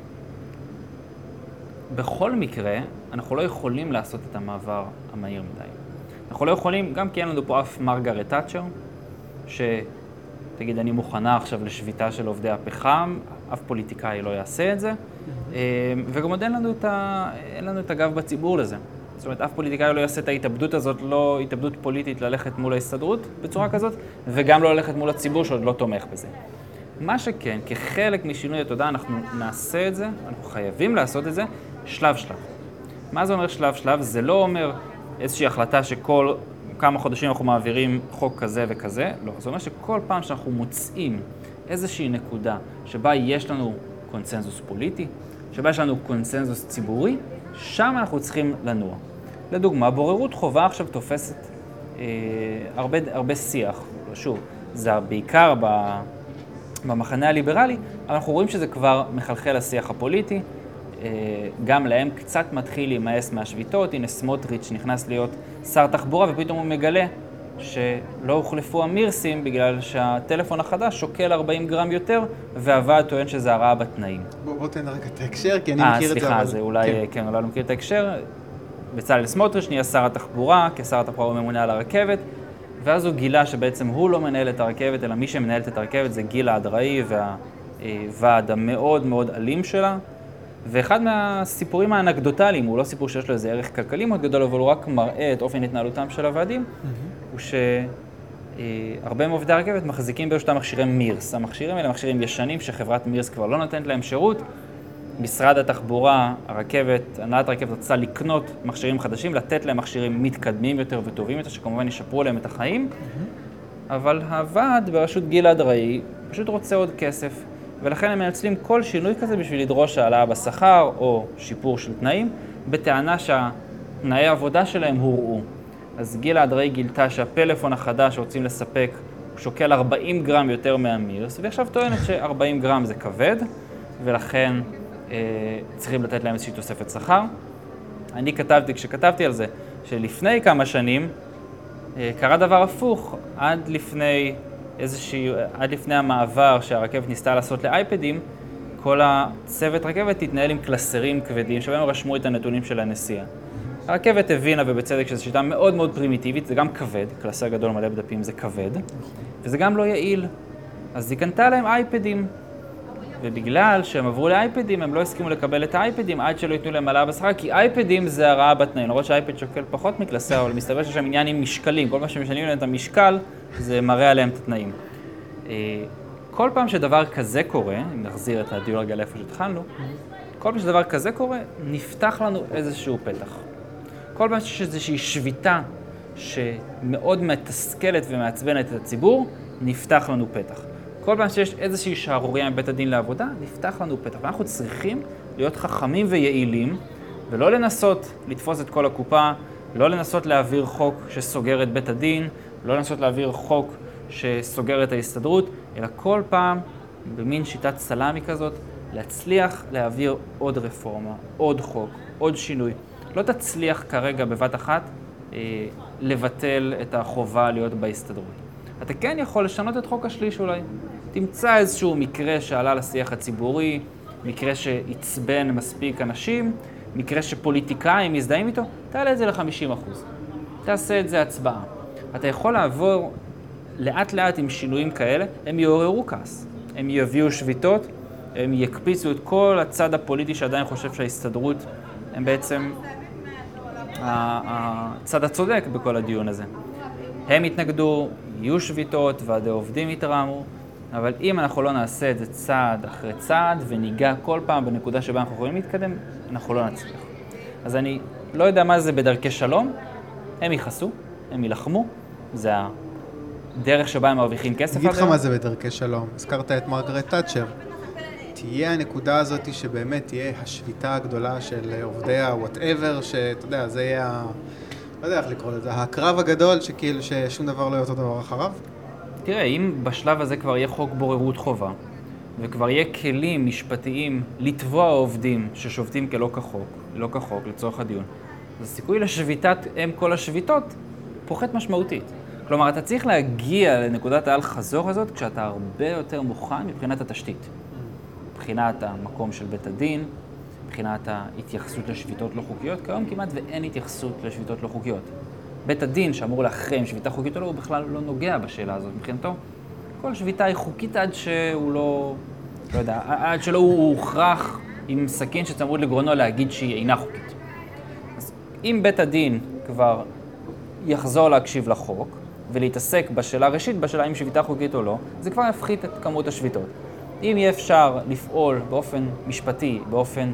בכל מקרה, אנחנו לא יכולים לעשות את המעבר המהיר מדי. אנחנו לא יכולים, גם כי אין לנו פה אף מרגרט תאצ'ר, תגיד, אני מוכנה עכשיו לשביתה של עובדי הפחם, אף פוליטיקאי לא יעשה את זה, וגם עוד אין לנו את הגב בציבור לזה. זאת אומרת, אף פוליטיקאי לא יעשה את ההתאבדות הזאת, לא התאבדות פוליטית ללכת מול ההסתדרות בצורה כזאת, וגם לא ללכת מול הציבור שעוד לא תומך בזה. מה שכן, כחלק משינוי התודעה, אנחנו נעשה את זה, אנחנו חייבים לעשות את זה, שלב שלב. מה זה אומר שלב שלב? זה לא אומר איזושהי החלטה שכל כמה חודשים אנחנו מעבירים חוק כזה וכזה, לא. זה אומר שכל פעם שאנחנו מוצאים איזושהי נקודה שבה יש לנו קונצנזוס פוליטי, שבה יש לנו קונצנזוס ציבורי, שם אנחנו צריכים לנוע. לדוגמה, בוררות חובה עכשיו תופסת הרבה שיח. שוב, זה בעיקר במחנה הליברלי, אבל אנחנו רואים שזה כבר מחלחל לשיח הפוליטי. גם להם קצת מתחיל להימאס מהשביתות. הנה סמוטריץ' נכנס להיות שר תחבורה, ופתאום הוא מגלה שלא הוחלפו המירסים בגלל שהטלפון החדש שוקל 40 גרם יותר, והוועד טוען שזה הרעה בתנאים. בוא תן רגע את ההקשר, כי אני מכיר את זה. סליחה, זה אולי, כן, אולי לא מכיר את ההקשר. בצלאל סמוטריץ' נהיה שר התחבורה, כשר התחבורה הוא ממונה על הרכבת, ואז הוא גילה שבעצם הוא לא מנהל את הרכבת, אלא מי שמנהלת את הרכבת זה גילה אדראי והוועד המאוד מאוד אלים שלה. ואחד מהסיפורים האנקדוטליים, הוא לא סיפור שיש לו איזה ערך כלכלי מאוד גדול, אבל הוא רק מראה את אופן התנהלותם של הוועדים, הוא שהרבה מעובדי הרכבת מחזיקים באותם מכשירי מירס. המכשירים האלה מכשירים ישנים שחברת מירס כבר לא נותנת להם שירות. משרד התחבורה, הנהלת הרכבת רצתה לקנות מכשירים חדשים, לתת להם מכשירים מתקדמים יותר וטובים יותר, שכמובן ישפרו להם את החיים. אבל הוועד בראשות גילה אדראי פשוט רוצה עוד כסף. ולכן הם מנצלים כל שינוי כזה בשביל לדרוש העלאה בשכר או שיפור של תנאים, בטענה שהתנאי העבודה שלהם הורעו. אז גילה אדראי גילתה שהפלאפון החדש שרוצים לספק הוא שוקל 40 גרם יותר מהמירס, ועכשיו טוענת ש40 גרם זה כבד, ולכן צריכים לתת להם איזושהי תוספת שכר. אני כשכתבתי על זה, שלפני כמה שנים קרה דבר הפוך, עד לפני המעבר שהרכבת ניסתה לעשות לאייפדים, כל הצוות רכבת התנהל עם קלסרים כבדים, שבהם רשמו את הנתונים של הנסיעה. הרכבת הבינה, ובצדק, שזו שיטה מאוד מאוד פרימיטיבית, זה גם כבד, קלסר גדול מלא בדפים זה כבד, וזה גם לא יעיל. אז היא קנתה להם אייפדים, ובגלל שהם עברו לאייפדים, הם לא הסכימו לקבל את האייפדים עד שלא ייתנו להם העלאה בשכר, כי אייפדים זה הרעה בתנאים. למרות שהאייפד שוקל פחות מקלסר, אבל מסתבר שיש שם עניין עם משקלים. כל פעם שמשנים להם את המשקל, זה מראה עליהם את התנאים. כל פעם שדבר כזה קורה, אם נחזיר את הדיון רגע לאיפה שהתחלנו, כל פעם שדבר כזה קורה, נפתח לנו איזשהו פתח. כל פעם שיש איזושהי שביתה שמאוד מתסכלת ומעצבנת את הציבור, נפתח לנו פתח. כל פעם שיש איזושהי שערוריה מבית הדין לעבודה, נפתח לנו פתח. ואנחנו צריכים להיות חכמים ויעילים, ולא לנסות לתפוס את כל הקופה, לא לנסות להעביר חוק שסוגר את בית הדין, לא לנסות להעביר חוק שסוגר את ההסתדרות, אלא כל פעם, במין שיטת סלאמי כזאת, להצליח להעביר עוד רפורמה, עוד חוק, עוד שינוי. לא תצליח כרגע בבת אחת לבטל את החובה להיות בהסתדרות. אתה כן יכול לשנות את חוק השליש אולי. תמצא איזשהו מקרה שעלה לשיח הציבורי, מקרה שעצבן מספיק אנשים, מקרה שפוליטיקאים מזדהים איתו, תעלה את זה ל-50%. תעשה את זה הצבעה. אתה יכול לעבור לאט לאט עם שינויים כאלה, הם יעוררו כעס. הם יביאו שביתות, הם יקפיצו את כל הצד הפוליטי שעדיין חושב שההסתדרות הם בעצם הצד הצודק בכל הדיון הזה. הם יתנגדו, יהיו שביתות, ועדי עובדים יתרמו, אבל אם אנחנו לא נעשה את זה צעד אחרי צעד וניגע כל פעם בנקודה שבה אנחנו יכולים להתקדם, אנחנו לא נצליח. אז אני לא יודע מה זה בדרכי שלום, הם יכעסו, הם ילחמו, זה הדרך שבה הם מרוויחים כסף. אני אגיד לך מה זה בדרכי שלום, הזכרת את מרגרט תאצ'ר. תהיה הנקודה הזאת שבאמת תהיה השביתה הגדולה של עובדיה, whatever, שאתה יודע, זה יהיה, לא יודע איך לקרוא לזה, הקרב הגדול שכאילו ששום דבר לא יהיה אותו דבר אחריו. תראה, אם בשלב הזה כבר יהיה חוק בוררות חובה, וכבר יהיה כלים משפטיים לתבוע עובדים ששובתים לא כחוק לצורך הדיון, אז הסיכוי לשביתת כל השביתות פוחת משמעותית. כלומר, אתה צריך להגיע לנקודת האל חזור הזאת כשאתה הרבה יותר מוכן מבחינת התשתית. מבחינת המקום של בית הדין, מבחינת ההתייחסות לשביתות לא חוקיות, כיום כמעט ואין התייחסות לשביתות לא חוקיות. בית הדין שאמור להחרים שביתה חוקית או לא, הוא בכלל לא נוגע בשאלה הזאת. מבחינתו, כל שביתה היא חוקית עד שהוא לא יודע, עד שלא הוא הוכרח עם סכין שצמוד לגרונו להגיד שהיא אינה חוקית. אז אם בית הדין כבר יחזור להקשיב לחוק ולהתעסק בשאלה ראשית, בשאלה אם שביתה חוקית או לא, זה כבר יפחית את כמות השביתות. אם יהיה אפשר לפעול באופן משפטי, באופן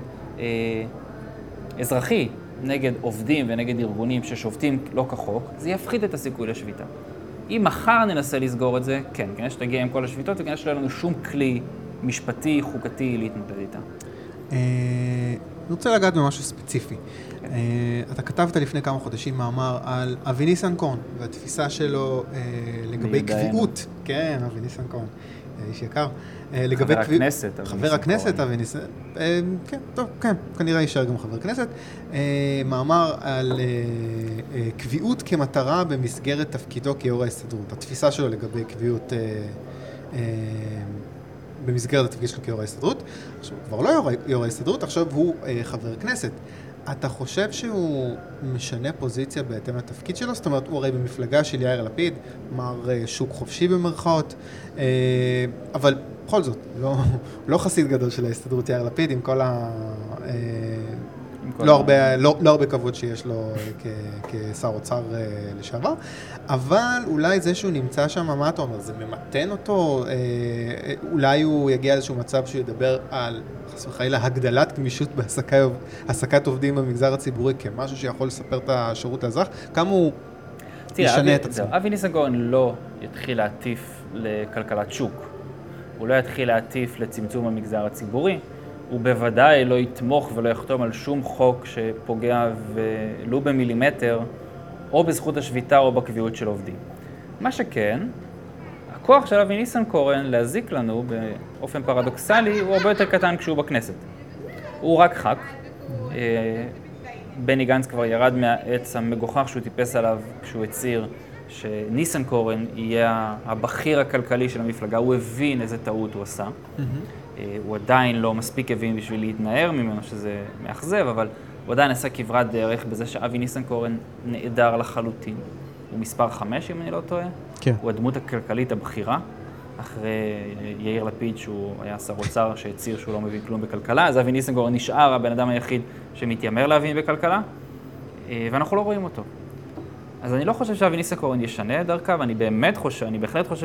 אזרחי, נגד עובדים ונגד ארגונים ששובתים לא כחוק, זה יפחית את הסיכוי לשביתה. אם מחר ננסה לסגור את זה, כן, כנראה שתגיע עם כל השביתות, וכנראה שלא יהיה לנו שום כלי משפטי, חוקתי, להתמודד איתה. אני רוצה לגעת במשהו ספציפי. אתה כתבת לפני כמה חודשים מאמר על אבי ניסנקורן, והתפיסה שלו לגבי קביעות. כן, אבי ניסנקורן, איש יקר. חבר הכנסת, חבר הכנסת אבי ניסנקורן. כן, טוב, כן, כנראה יישאר גם חבר הכנסת. מאמר על קביעות כמטרה במסגרת תפקידו כיו"ר ההסתדרות. התפיסה שלו לגבי קביעות במסגרת התפקיד שלו כיו"ר ההסתדרות. עכשיו, הוא כבר לא יו"ר ההסתדרות, עכשיו הוא חבר כנסת. אתה חושב שהוא משנה פוזיציה בהתאם לתפקיד שלו? זאת אומרת, הוא הרי במפלגה של יאיר לפיד, מר שוק חופשי במרכאות, אבל בכל זאת, לא חסיד גדול של ההסתדרות יאיר לפיד, עם כל לא הרבה כבוד שיש לו כשר אוצר לשעבר, אבל אולי זה שהוא נמצא שם, מה אתה אומר? זה ממתן אותו? אולי הוא יגיע לאיזשהו מצב שהוא ידבר על, חס וחלילה, הגדלת גמישות בהעסקת עובדים במגזר הציבורי כמשהו שיכול לספר את השירות לאזרח? כמה הוא ישנה את עצמו? אבי ניסנקורן לא יתחיל להטיף לכלכלת שוק. הוא לא יתחיל להטיף לצמצום המגזר הציבורי. הוא בוודאי לא יתמוך ולא יחתום על שום חוק שפוגע ולו במילימטר, או בזכות השביתה או בקביעות של עובדים. מה שכן, הכוח של אבי ניסנקורן להזיק לנו באופן פרדוקסלי הוא הרבה יותר קטן כשהוא בכנסת. הוא רק ח"כ. בני גנץ כבר ירד מהעץ המגוחך שהוא טיפס עליו כשהוא הצהיר שניסנקורן יהיה הבכיר הכלכלי של המפלגה. הוא הבין איזה טעות הוא עשה. הוא עדיין לא מספיק הבין בשביל להתנער ממנו, שזה מאכזב, אבל הוא עדיין עשה כברת דרך בזה שאבי ניסנקורן נעדר לחלוטין. הוא מספר 5, אם אני לא טועה. כן. הוא הדמות הכלכלית הבכירה, אחרי יאיר לפיד, שהוא היה שר אוצר שהצהיר שהוא לא מבין כלום בכלכלה, אז אבי ניסנקורן נשאר הבן אדם היחיד שמתיימר להבין בכלכלה, ואנחנו לא רואים אותו. אז אני לא חושב שאבי ניסנקורן ישנה את דרכה, ואני בהחלט חושב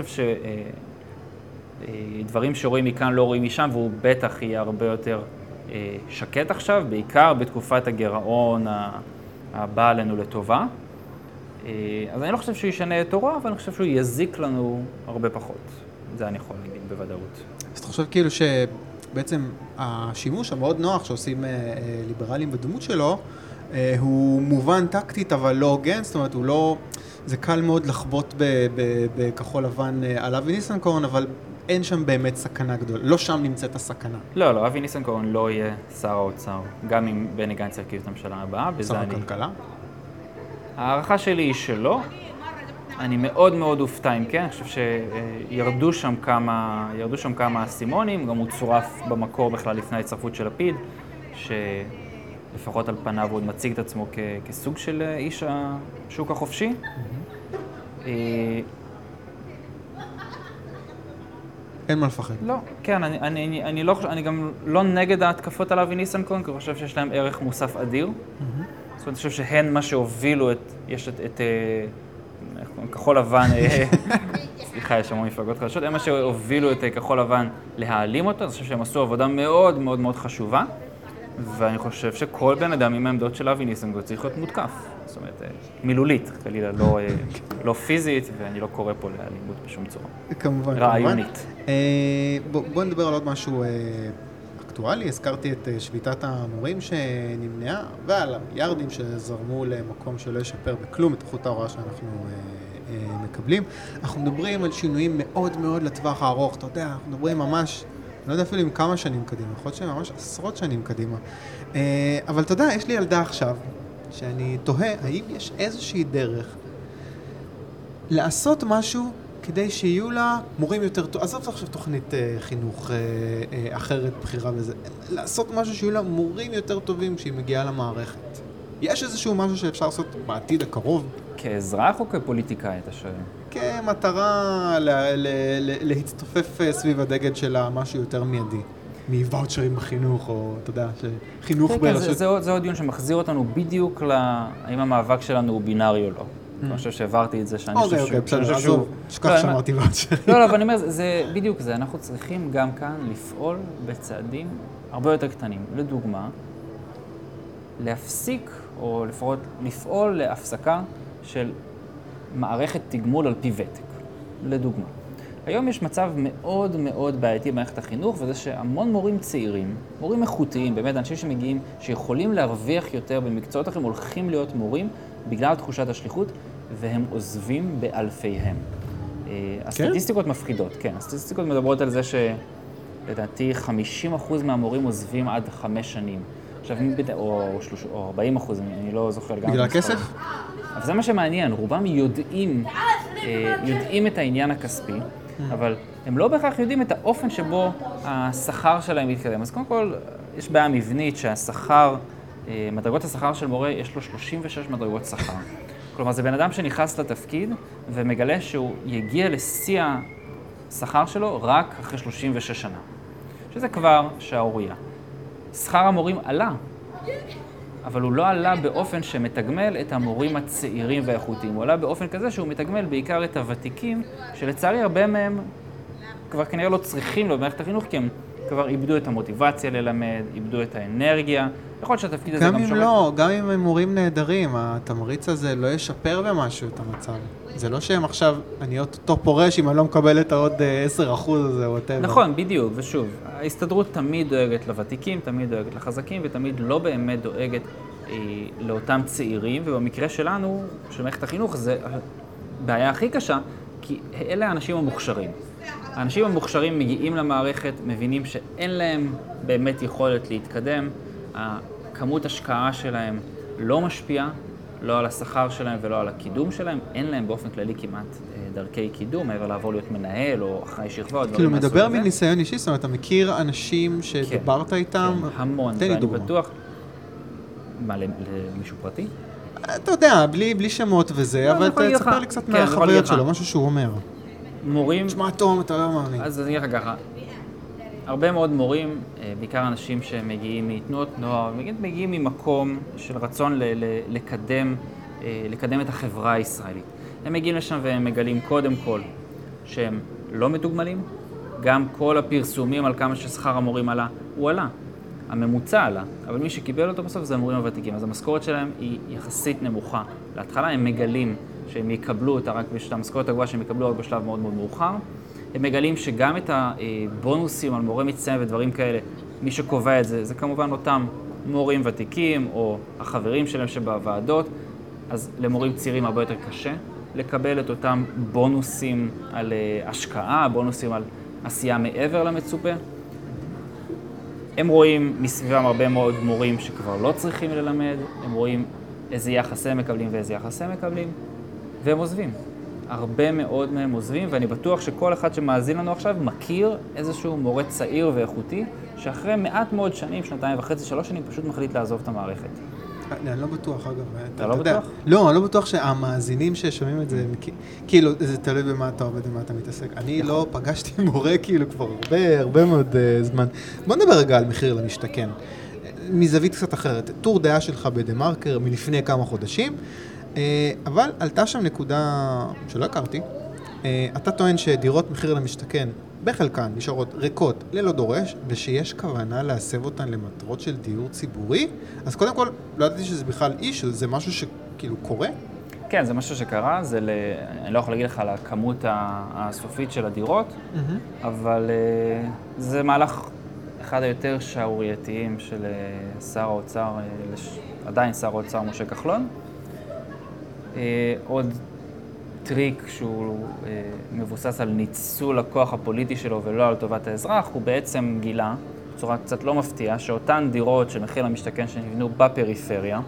דברים שרואים מכאן לא רואים משם, והוא בטח יהיה הרבה יותר שקט עכשיו, בעיקר בתקופת הגירעון הבא עלינו לטובה. אז אני לא חושב שהוא ישנה את תורו, אבל אני חושב שהוא יזיק לנו הרבה פחות. זה אני יכול להגיד בוודאות. אז אתה חושב כאילו שבעצם השימוש המאוד נוח שעושים ליברלים בדמות שלו, הוא מובן טקטית אבל לא הוגן, זאת אומרת הוא לא, זה קל מאוד לחבוט בכחול לבן על אבי ניסנקורן, אבל אין שם באמת סכנה גדולה, לא שם נמצאת הסכנה. לא, אבי ניסנקורן לא יהיה שר האוצר, גם אם בני גנץ ירכיב את הממשלה הבאה. שר הכלכלה? הערכה שלי היא שלא. אני מאוד מאוד אופתע אם כן, אני חושב שירדו שם כמה אסימונים, גם הוא צורף במקור בכלל לפני ההצטרפות של לפיד, שלפחות על פניו הוא מציג את עצמו כסוג של איש השוק החופשי. אין מה לפחד. לא, כן, אני גם לא נגד ההתקפות על אבי ניסנקורן, כי אני חושב שיש להם ערך מוסף אדיר. זאת אומרת, אני חושב שהן מה שהובילו יש את כחול לבן, סליחה, יש המון מפלגות חדשות, הם מה שהובילו את כחול לבן להעלים אותו, אני חושב שהם עשו עבודה מאוד מאוד מאוד חשובה, ואני חושב שכל בן אדם עם העמדות של אבי ניסנקורן צריך להיות מותקף. זאת אומרת, מילולית, חלילה, לא פיזית, ואני לא קורא פה לאלימות בשום צורה. כמובן. רעיונית. בוא נדבר על עוד משהו אקטואלי. הזכרתי את שביתת המורים שנמנעה, ועל המיליארדים שזרמו למקום שלא ישפר בכלום את איכות ההוראה שאנחנו מקבלים. אנחנו מדברים על שינויים מאוד מאוד לטווח הארוך. אתה יודע, אנחנו מדברים ממש, אני לא יודע אפילו עם כמה שנים קדימה, יכול להיות שממש עשרות שנים קדימה. אבל אתה יודע, יש לי ילדה עכשיו, שאני תוהה, האם יש איזושהי דרך לעשות משהו כדי שיהיו לה מורים יותר טוב, עזוב עכשיו תוכנית חינוך אחרת, בחירה וזה, לעשות משהו שיהיו לה מורים יותר טובים כשהיא מגיעה למערכת. יש איזשהו משהו שאפשר לעשות בעתיד הקרוב? כאזרח או כפוליטיקאי, אתה שואל? כמטרה להצטופף סביב הדגל שלה משהו יותר מיידי. מוואוצ'רים בחינוך, או אתה יודע, שחינוך ברשות... זה עוד דיון שמחזיר אותנו בדיוק האם המאבק שלנו הוא בינארי או לא. אני חושב שהעברתי את זה, שאני חושב אוקיי, בסדר, עזוב, שכח שאמרתי ואוצ'רים. לא, אבל אני אומר, זה בדיוק זה. אנחנו צריכים גם כאן לפעול בצעדים הרבה יותר קטנים. לדוגמה, להפסיק, או לפחות לפעול להפסקה של מערכת תגמול על פי ותק. לדוגמה. היום יש מצב מאוד מאוד בעייתי במערכת החינוך, וזה שהמון מורים צעירים, מורים איכותיים, באמת אנשים שמגיעים, שיכולים להרוויח יותר במקצועות אחרים, הולכים להיות מורים בגלל תחושת השליחות, והם עוזבים באלפיהם. הסטטיסטיקות מפחידות, כן. הסטטיסטיקות מדברות על זה שלדעתי 50% מהמורים עוזבים עד 5 שנים. עכשיו, או 40%, אני לא זוכר לגמרי. בגלל הכסף? אבל זה מה שמעניין, רובם יודעים את העניין הכספי, אבל הם לא בהכרח יודעים את האופן שבו השכר שלהם מתקדם. אז קודם כל, יש בעיה מבנית שהשכר, מדרגות השכר של מורה, יש לו 36 מדרגות שכר. כלומר, זה בן אדם שנכנס לתפקיד ומגלה שהוא יגיע לשיא השכר שלו רק אחרי 36 שנה. שזה כבר שערורייה. שכר המורים עלה, אבל הוא לא עלה באופן שמתגמל את המורים הצעירים והאיכותיים. הוא עלה באופן כזה שהוא מתגמל בעיקר את הוותיקים, שלצערי הרבה מהם כבר כנראה לא צריכים לו במערכת החינוך, כי הם כבר איבדו את המוטיבציה ללמד, איבדו את האנרגיה. יכול להיות שהתפקיד הזה גם שומע... גם אם הם מורים נהדרים, התמריץ הזה לא ישפר במשהו את המצב. זה לא שהם עכשיו, אני אותו פורש אם אני לא מקבל את העוד 10% הזה או whatever. נכון, בדיוק, ושוב, ההסתדרות תמיד דואגת לוותיקים, תמיד דואגת לחזקים, ותמיד לא באמת דואגת לאותם צעירים, ובמקרה שלנו, של מערכת החינוך, זה הבעיה הכי קשה, כי אלה האנשים המוכשרים. האנשים המוכשרים מגיעים למערכת, מבינים שאין להם באמת יכולת להתקדם, הכמות השקעה שלהם לא משפיעה, לא על השכר שלהם ולא על הקידום שלהם, אין להם באופן כללי כמעט דרכי קידום, מעבר לעבור להיות מנהל או אחראי שכבה או דברים כאילו מהסוג מדבר הזה. מניסיון אישי, זאת אומרת, אתה מכיר אנשים שדיברת איתם? כן, המון, תן לי ואני דוגמה. בטוח... מה, למישהו פרטי? אתה יודע, בלי שמות וזה, אבל תספר לי קצת מהחוויות שלו, משהו שהוא אומר. מורים... תשמע, תום, אתה לא מאמין. אז אני אגיד לך ככה, הרבה מאוד מורים, בעיקר אנשים שמגיעים מתנועות נוער, מגיעים ממקום של רצון לקדם את החברה הישראלית. הם מגיעים לשם והם מגלים קודם כל שהם לא מתוגמלים, גם כל הפרסומים על כמה ששכר המורים עלה, הוא עלה. הממוצע עלה, אבל מי שקיבל אותו בסוף זה המורים הוותיקים, אז המשכורת שלהם היא יחסית נמוכה. להתחלה הם מגלים שהם יקבלו אותה רק בשביל המשכורת הגבוהה שהם יקבלו רק בשלב מאוד מאוד מאוחר. הם מגלים שגם את הבונוסים על מורה מצטיין ודברים כאלה, מי שקובע את זה, זה כמובן אותם מורים ותיקים או החברים שלהם שבוועדות, אז למורים צעירים הרבה יותר קשה לקבל את אותם בונוסים על השקעה, בונוסים על עשייה מעבר למצופה. הם רואים מסביבם הרבה מאוד מורים שכבר לא צריכים ללמד, הם רואים איזה יחס הם מקבלים ואיזה יחס הם מקבלים, והם עוזבים. הרבה מאוד מהם עוזבים, ואני בטוח שכל אחד שמאזין לנו עכשיו מכיר איזשהו מורה צעיר ואיכותי, שאחרי מעט מאוד שנים, 2.5, 3 שנים, פשוט מחליט לעזוב את המערכת. אני לא בטוח, אגב. אתה לא בטוח? לא, אני לא בטוח שהמאזינים ששומעים את זה, כאילו, זה תלוי במה אתה עובד, במה אתה מתעסק. אני לא פגשתי מורה כאילו כבר הרבה מאוד זמן. בוא נדבר רגע על מחיר למשתכן. מזווית קצת אחרת, טור דעה שלך בדה-מרקר מלפני כמה חודשים, אבל עלתה שם נקודה שלא הכרתי. אתה טוען שדירות מחיר למשתכן בחלקן נשארות ריקות ללא דורש, ושיש כוונה להסב אותן למטרות של דיור ציבורי. אז קודם כל, לא ידעתי שזה בכלל איש, זה משהו שכאילו קורה? כן, זה משהו שקרה, אני לא יכול להגיד לך על הכמות הסופית של הדירות, אבל זה מהלך אחד היותר שערורייתיים של שר האוצר, עדיין שר האוצר משה כחלון. עוד טריק שהוא מבוסס על ניצול הכוח הפוליטי שלו ולא על טובת האזרח, הוא בעצם גילה, בצורה קצת לא מפתיעה, שאותן דירות של מחיר למשתכן שנבנו בפריפריה,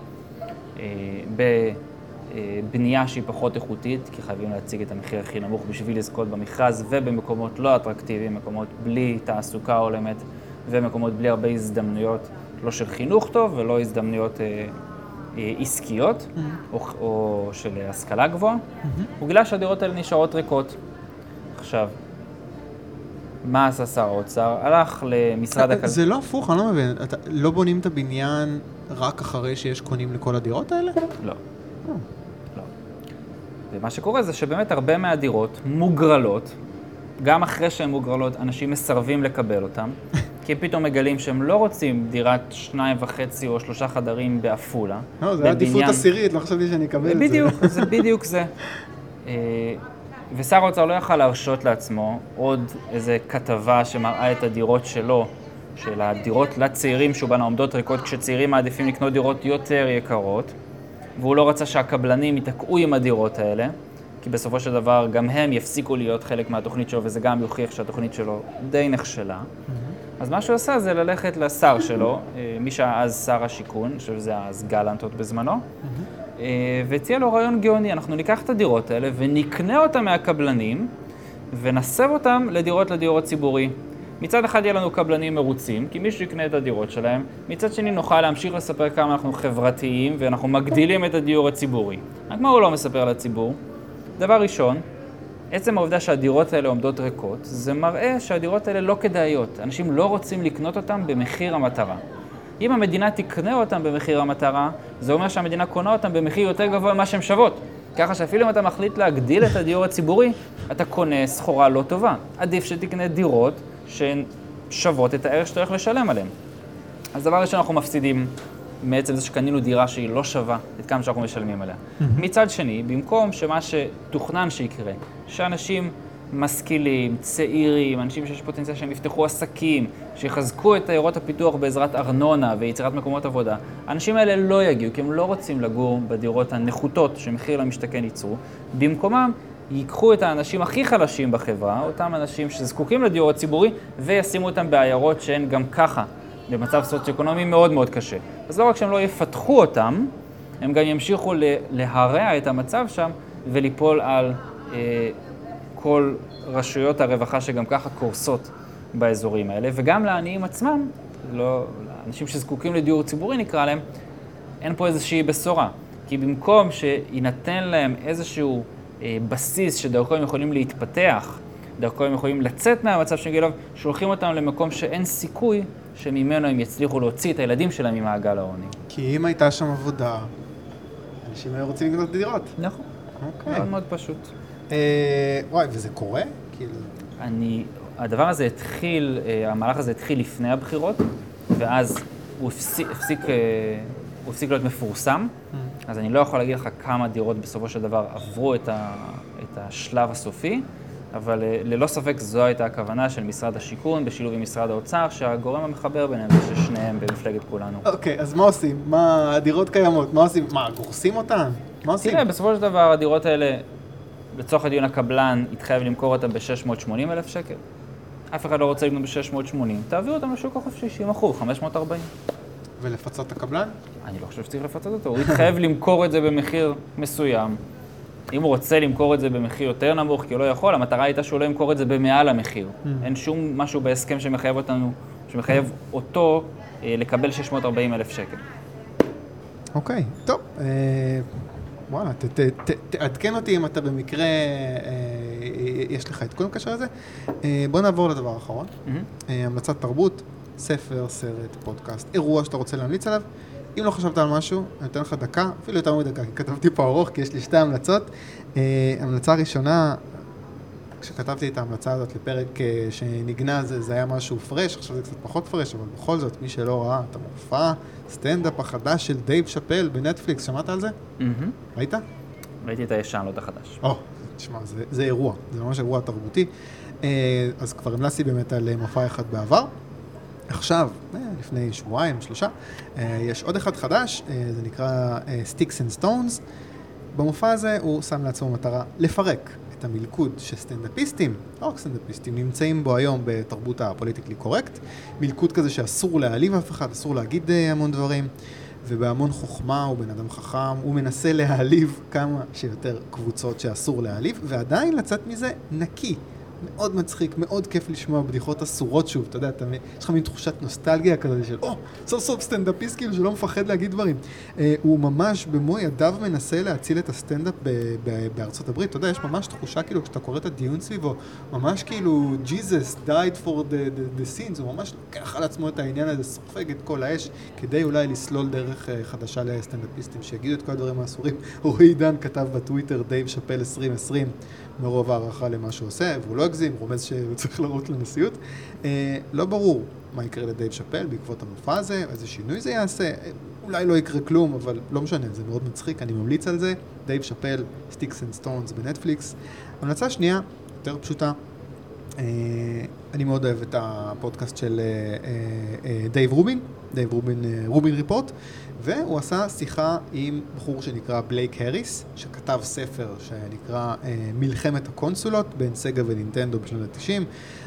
בבנייה שהיא פחות איכותית, כי חייבים להציג את המחיר הכי נמוך בשביל לזכות במכרז, ובמקומות לא אטרקטיביים, מקומות בלי תעסוקה הולמת, ומקומות בלי הרבה הזדמנויות, לא של חינוך טוב ולא הזדמנויות עסקיות או של השכלה גבוהה, הוא גילה שהדירות האלה נשארות ריקות. עכשיו, מה עשה שר האוצר? הלך למשרד הכלכלה. זה לא הפוך, אני לא מבין. לא בונים את הבניין רק אחרי שיש קונים לכל הדירות האלה? לא. לא. ומה שקורה זה שבאמת הרבה מהדירות מוגרלות, גם אחרי שהן מוגרלות, אנשים מסרבים לקבל אותן, כי הם פתאום מגלים שהם לא רוצים דירת 2.5 או 3 חדרים באפולה. לא, זה עדיפות עשירית, לא חשבתי שאני אקבל את זה. בדיוק, זה בדיוק זה. ושר האוצר לא יכל להרשות לעצמו עוד איזה כתבה שמראה את הדירות שלו, של הדירות לצעירים שהוא בנה עומדות ריקות, כשצעירים מעדיפים לקנות דירות יותר יקרות, והוא לא רצה שהקבלנים יתקעו עם הדירות האלה, כי בסופו של דבר גם הם יפסיקו להיות חלק מהתוכנית שלו, וזה גם יוכיח שהתוכנית שלו די נכשלה. אז מה שהוא עשה זה ללכת לשר שלו, מי שאז שר השיכון, אני חושב שזה אז גלנט עוד בזמנו, והציע לו רעיון גאוני, אנחנו ניקח את הדירות האלה ונקנה אותם מהקבלנים, ונסב אותם לדירות לדיור הציבורי. מצד אחד יהיה לנו קבלנים מרוצים, כי מישהו יקנה את הדירות שלהם, מצד שני נוכל להמשיך לספר כמה אנחנו חברתיים, ואנחנו מגדילים את הדיור הציבורי. רק מה הוא לא מספר לציבור? דבר ראשון, עצם העובדה שהדירות האלה עומדות ריקות, זה מראה שהדירות האלה לא כדאיות. אנשים לא רוצים לקנות אותם במחיר המטרה. אם המדינה תקנה אותם במחיר המטרה, זה אומר שהמדינה קונה אותם במחיר יותר גבוה ממה שהן שוות. ככה שאפילו אם אתה מחליט להגדיל את הדיור הציבורי, אתה קונה סחורה לא טובה. עדיף שתקנה דירות שהן שוות את הערך שאתה הולך לשלם עליהן. אז דבר ראשון, אנחנו מפסידים מעצם זה שקנינו דירה שהיא לא שווה את כמה שאנחנו משלמים עליה. מצד שני, במקום שמה שתוכנן שיקרה, שאנשים משכילים, צעירים, אנשים שיש פוטנציאל שהם יפתחו עסקים, שיחזקו את עיירות הפיתוח בעזרת ארנונה ויצירת מקומות עבודה, האנשים האלה לא יגיעו, כי הם לא רוצים לגור בדירות הנחותות שמחיר למשתכן ייצרו. במקומם ייקחו את האנשים הכי חלשים בחברה, אותם אנשים שזקוקים לדיור הציבורי, וישימו אותם בעיירות שהן גם ככה במצב סוציו-אקונומי מאוד מאוד קשה. אז לא רק שהם לא יפתחו אותם, הם גם ימשיכו להרע את המצב שם וליפול על כל רשויות הרווחה שגם ככה קורסות באזורים האלה, וגם לעניים עצמם, אנשים שזקוקים לדיור ציבורי נקרא להם, אין פה איזושהי בשורה. כי במקום שיינתן להם איזשהו בסיס שדרכו הם יכולים להתפתח, דרכו הם יכולים לצאת מהמצב שנגיע, שולחים אותם למקום שאין סיכוי שממנו הם יצליחו להוציא את הילדים שלהם ממעגל העוני. כי אם הייתה שם עבודה, אנשים היו רוצים לקנות דירות. נכון. מאוד מאוד פשוט. וואי, וזה קורה? הדבר הזה התחיל, המהלך הזה התחיל לפני הבחירות, ואז הוא הפסיק להיות מפורסם, אז אני לא יכול להגיד לך כמה דירות בסופו של דבר עברו את השלב הסופי, אבל ללא ספק זו הייתה הכוונה של משרד השיכון בשילוב עם משרד האוצר, שהגורם המחבר ביניהם זה ששניהם במפלגת כולנו. אוקיי, אז מה עושים? מה, הדירות קיימות, מה עושים? מה, גורסים אותן? מה עושים? תראה, בסופו של דבר הדירות האלה, לצורך הדיון הקבלן, התחייב למכור אותם ב-680,000 שקל. אף אחד לא רוצה לקנות ב-680, תעביר אותם לשוק החופשי, 60%, 540. ולפצות את הקבלן? אני לא חושב שצריך לפצות אותו, הוא התחייב למכור את זה במחיר מסוים. אם הוא רוצה למכור את זה במחיר יותר נמוך, כי הוא לא יכול, המטרה הייתה שהוא לא ימכור את זה במעל המחיר. אין שום משהו בהסכם שמחייב אותנו, שמחייב אותו לקבל 640,000 שקל. אוקיי, טוב. וואלה, תעדכן אותי אם אתה במקרה, יש לך עדכון קשר לזה. בוא נעבור לדבר האחרון. המלצת תרבות, ספר, סרט, פודקאסט, אירוע שאתה רוצה להמליץ עליו. אם לא חשבת על משהו, אני אתן לך דקה, אפילו יותר מדקה, כי כתבתי פה ארוך, כי יש לי 2 המלצות. המלצה ראשונה, כשכתבתי את ההמלצה הזאת לפרק שנגנה, זה היה משהו פרש, עכשיו זה קצת פחות פרש, אבל בכל זאת, מי שלא ראה את המופע, סטנדאפ החדש של דייב שאפל בנטפליקס, שמעת על זה? ראית? ראיתי את הישן, לא את החדש. תשמע, זה אירוע, זה ממש אירוע תרבותי. אז כבר המלצתי באמת על מופע אחד בעבר. עכשיו, לפני 2-3, יש עוד אחד חדש, זה נקרא Sticks and Stones. במופע הזה הוא שם לעצמו מטרה לפרק את המלכוד שסטנדאפיסטים, לא רק סטנדאפיסטים, נמצאים בו היום בתרבות הפוליטיקלי קורקט. מלכוד כזה שאסור להעליב אף אחד, אסור להגיד המון דברים, ובהמון חוכמה הוא בן אדם חכם, הוא מנסה להעליב כמה שיותר קבוצות שאסור להעליב, ועדיין לצאת מזה נקי. מאוד מצחיק, מאוד כיף לשמוע בדיחות אסורות שוב, אתה יודע, יש לך מין תחושת נוסטלגיה כזה של, סוף סוף סטנדאפיסט כאילו שלא מפחד להגיד דברים. הוא ממש במו ידיו מנסה להציל את הסטנדאפ בארצות הברית, אתה יודע, יש ממש תחושה כאילו, כשאתה קורא את הדיון סביבו, ממש כאילו, Jesus died for the sins, הוא ממש לוקח על עצמו את העניין הזה, סופג את כל האש, כדי אולי לסלול דרך חדשה לסטנדאפיסטים שיגידו את כל הדברים האסורים. רועי עידן כתב בטוויטר, דייב שאפל 2020, מרוב הערכה למה שהוא עושה, והוא לא הגזים, רומז שהוא צריך לרוץ לנשיאות. לא ברור מה יקרה לדייב שאפל בעקבות המופע הזה, איזה שינוי זה יעשה, אולי לא יקרה כלום, אבל לא משנה, זה מאוד מצחיק, אני ממליץ על זה. דייב שאפל, סטיקס אנד סטונס בנטפליקס. המלצה שנייה, יותר פשוטה, אני מאוד אוהב את הפודקאסט של דייב רובין ריפורט, והוא עשה שיחה עם בחור שנקרא בלייק הריס, שכתב ספר שנקרא מלחמת הקונסולות בין סגה ונינטנדו בשנות ה-90.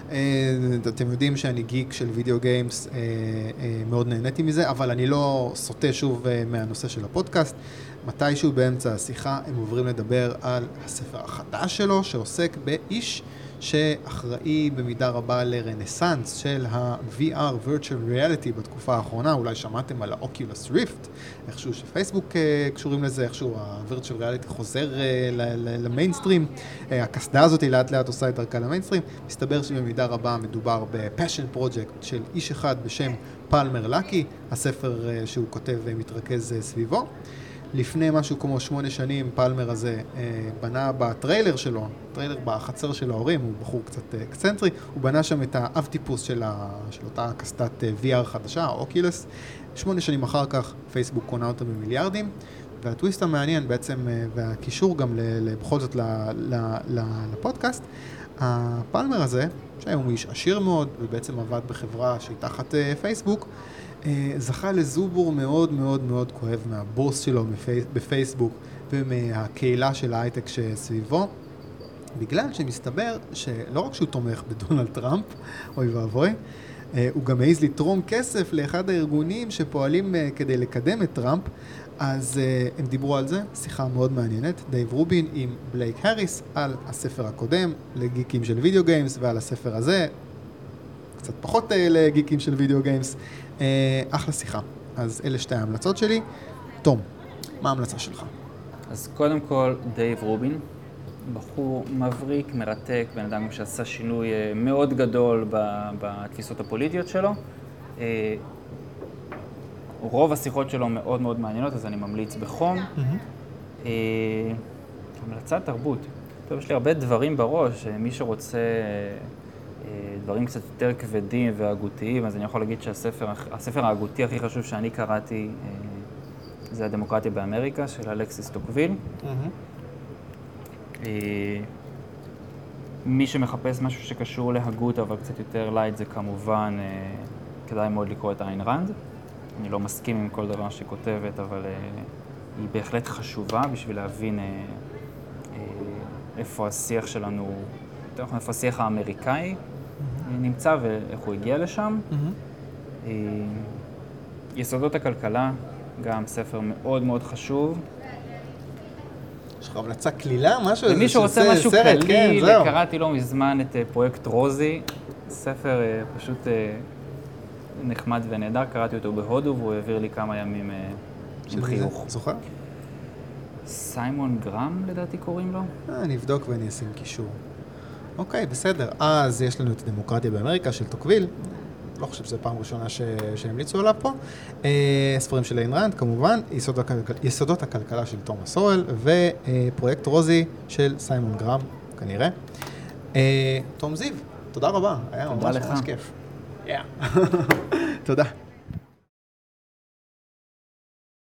אתם יודעים שאני גיק של וידאו גיימס, מאוד נהניתי מזה, אבל אני לא סוטה שוב מהנושא של הפודקאסט. מתישהו באמצע השיחה הם עוברים לדבר על הספר החדש שלו, שעוסק באיש שאחראי במידה רבה לרנסנס של ה-VR, Virtual Reality, בתקופה האחרונה. אולי שמעתם על ה-Oculus Rift, איכשהו שפייסבוק קשורים לזה, איכשהו ה-Virtual Reality חוזר למיינסטרים, הקסדה הזאת לאט לאט עושה את דרכה למיינסטרים. מסתבר שבמידה רבה מדובר ב-Passion Project של איש אחד בשם פלמר לקי, הספר שהוא כותב ומתרכז סביבו. לפני משהו כמו 8 שנים, פלמר הזה בנה בטריילר שלו, טריילר בחצר של ההורים, הוא בחור קצת אקסצנטרי, הוא בנה שם את האב טיפוס של אותה קסדת VR חדשה, האוקילוס. 8 שנים אחר כך, פייסבוק קונה אותה במיליארדים, והטוויסט המעניין בעצם, והקישור גם בכל זאת לפודקאסט, הפלמר הזה, שהיום הוא איש עשיר מאוד, ובעצם עבד בחברה שהיא תחת פייסבוק, זכה לזובור מאוד מאוד מאוד כואב מהבוס שלו בפייסבוק ומהקהילה של ההייטק שסביבו, בגלל שמסתבר שלא רק שהוא תומך בדונלד טראמפ, אוי ואבוי, הוא גם העז לתרום כסף לאחד הארגונים שפועלים כדי לקדם את טראמפ. אז הם דיברו על זה, שיחה מאוד מעניינת, דייב רובין עם בלייק הריס על הספר הקודם לגיקים של וידאו גיימס, ועל הספר הזה קצת פחות לגיקים של וידאו גיימס. אחלה שיחה. אז אלה שתי ההמלצות שלי. תום, מה ההמלצה שלך? אז קודם כל, דייב רובין, בחור מבריק, מרתק, בן אדם שעשה שינוי מאוד גדול בתפיסות הפוליטיות שלו. רוב השיחות שלו מאוד מאוד מעניינות, אז אני ממליץ בחום. המלצת תרבות. טוב, יש לי הרבה דברים בראש, מי שרוצה דברים קצת יותר כבדים והגותיים, אז אני יכול להגיד שהספר ההגותי הכי חשוב שאני קראתי זה הדמוקרטיה באמריקה, של אלכסיס טוקוויל. מי שמחפש משהו שקשור להגות, אבל קצת יותר לייט, זה כמובן כדאי מאוד לקרוא את איין רנד. אני לא מסכים עם כל דבר שהיא כותבת, אבל היא בהחלט חשובה בשביל להבין איפה השיח שלנו, איפה השיח האמריקאי נמצא ואיך הוא הגיע לשם. יסודות הכלכלה, גם ספר מאוד מאוד חשוב. יש לך המלצה כלילה? משהו? ומי שרוצה משהו קליל, קראתי לא מזמן את פרויקט רוזי, ספר פשוט נחמד ונהדר, קראתי אותו בהודו והוא העביר לי כמה ימים עם חיוך. זוכר? סיימון גרם לדעתי קוראים לו. אני אבדוק ואני אשים קישור. אוקיי, בסדר. אז יש לנו את הדמוקרטיה באמריקה של טוקוויל. לא חושב שזו פעם ראשונה שהמליצו עליו פה. ספרים של איין רנד, כמובן, יסודות הכלכלה של תומאס סואל, ופרויקט רוזי של סיימון גרם, כנראה. תום זיו, תודה רבה. היה ממש כיף. תודה.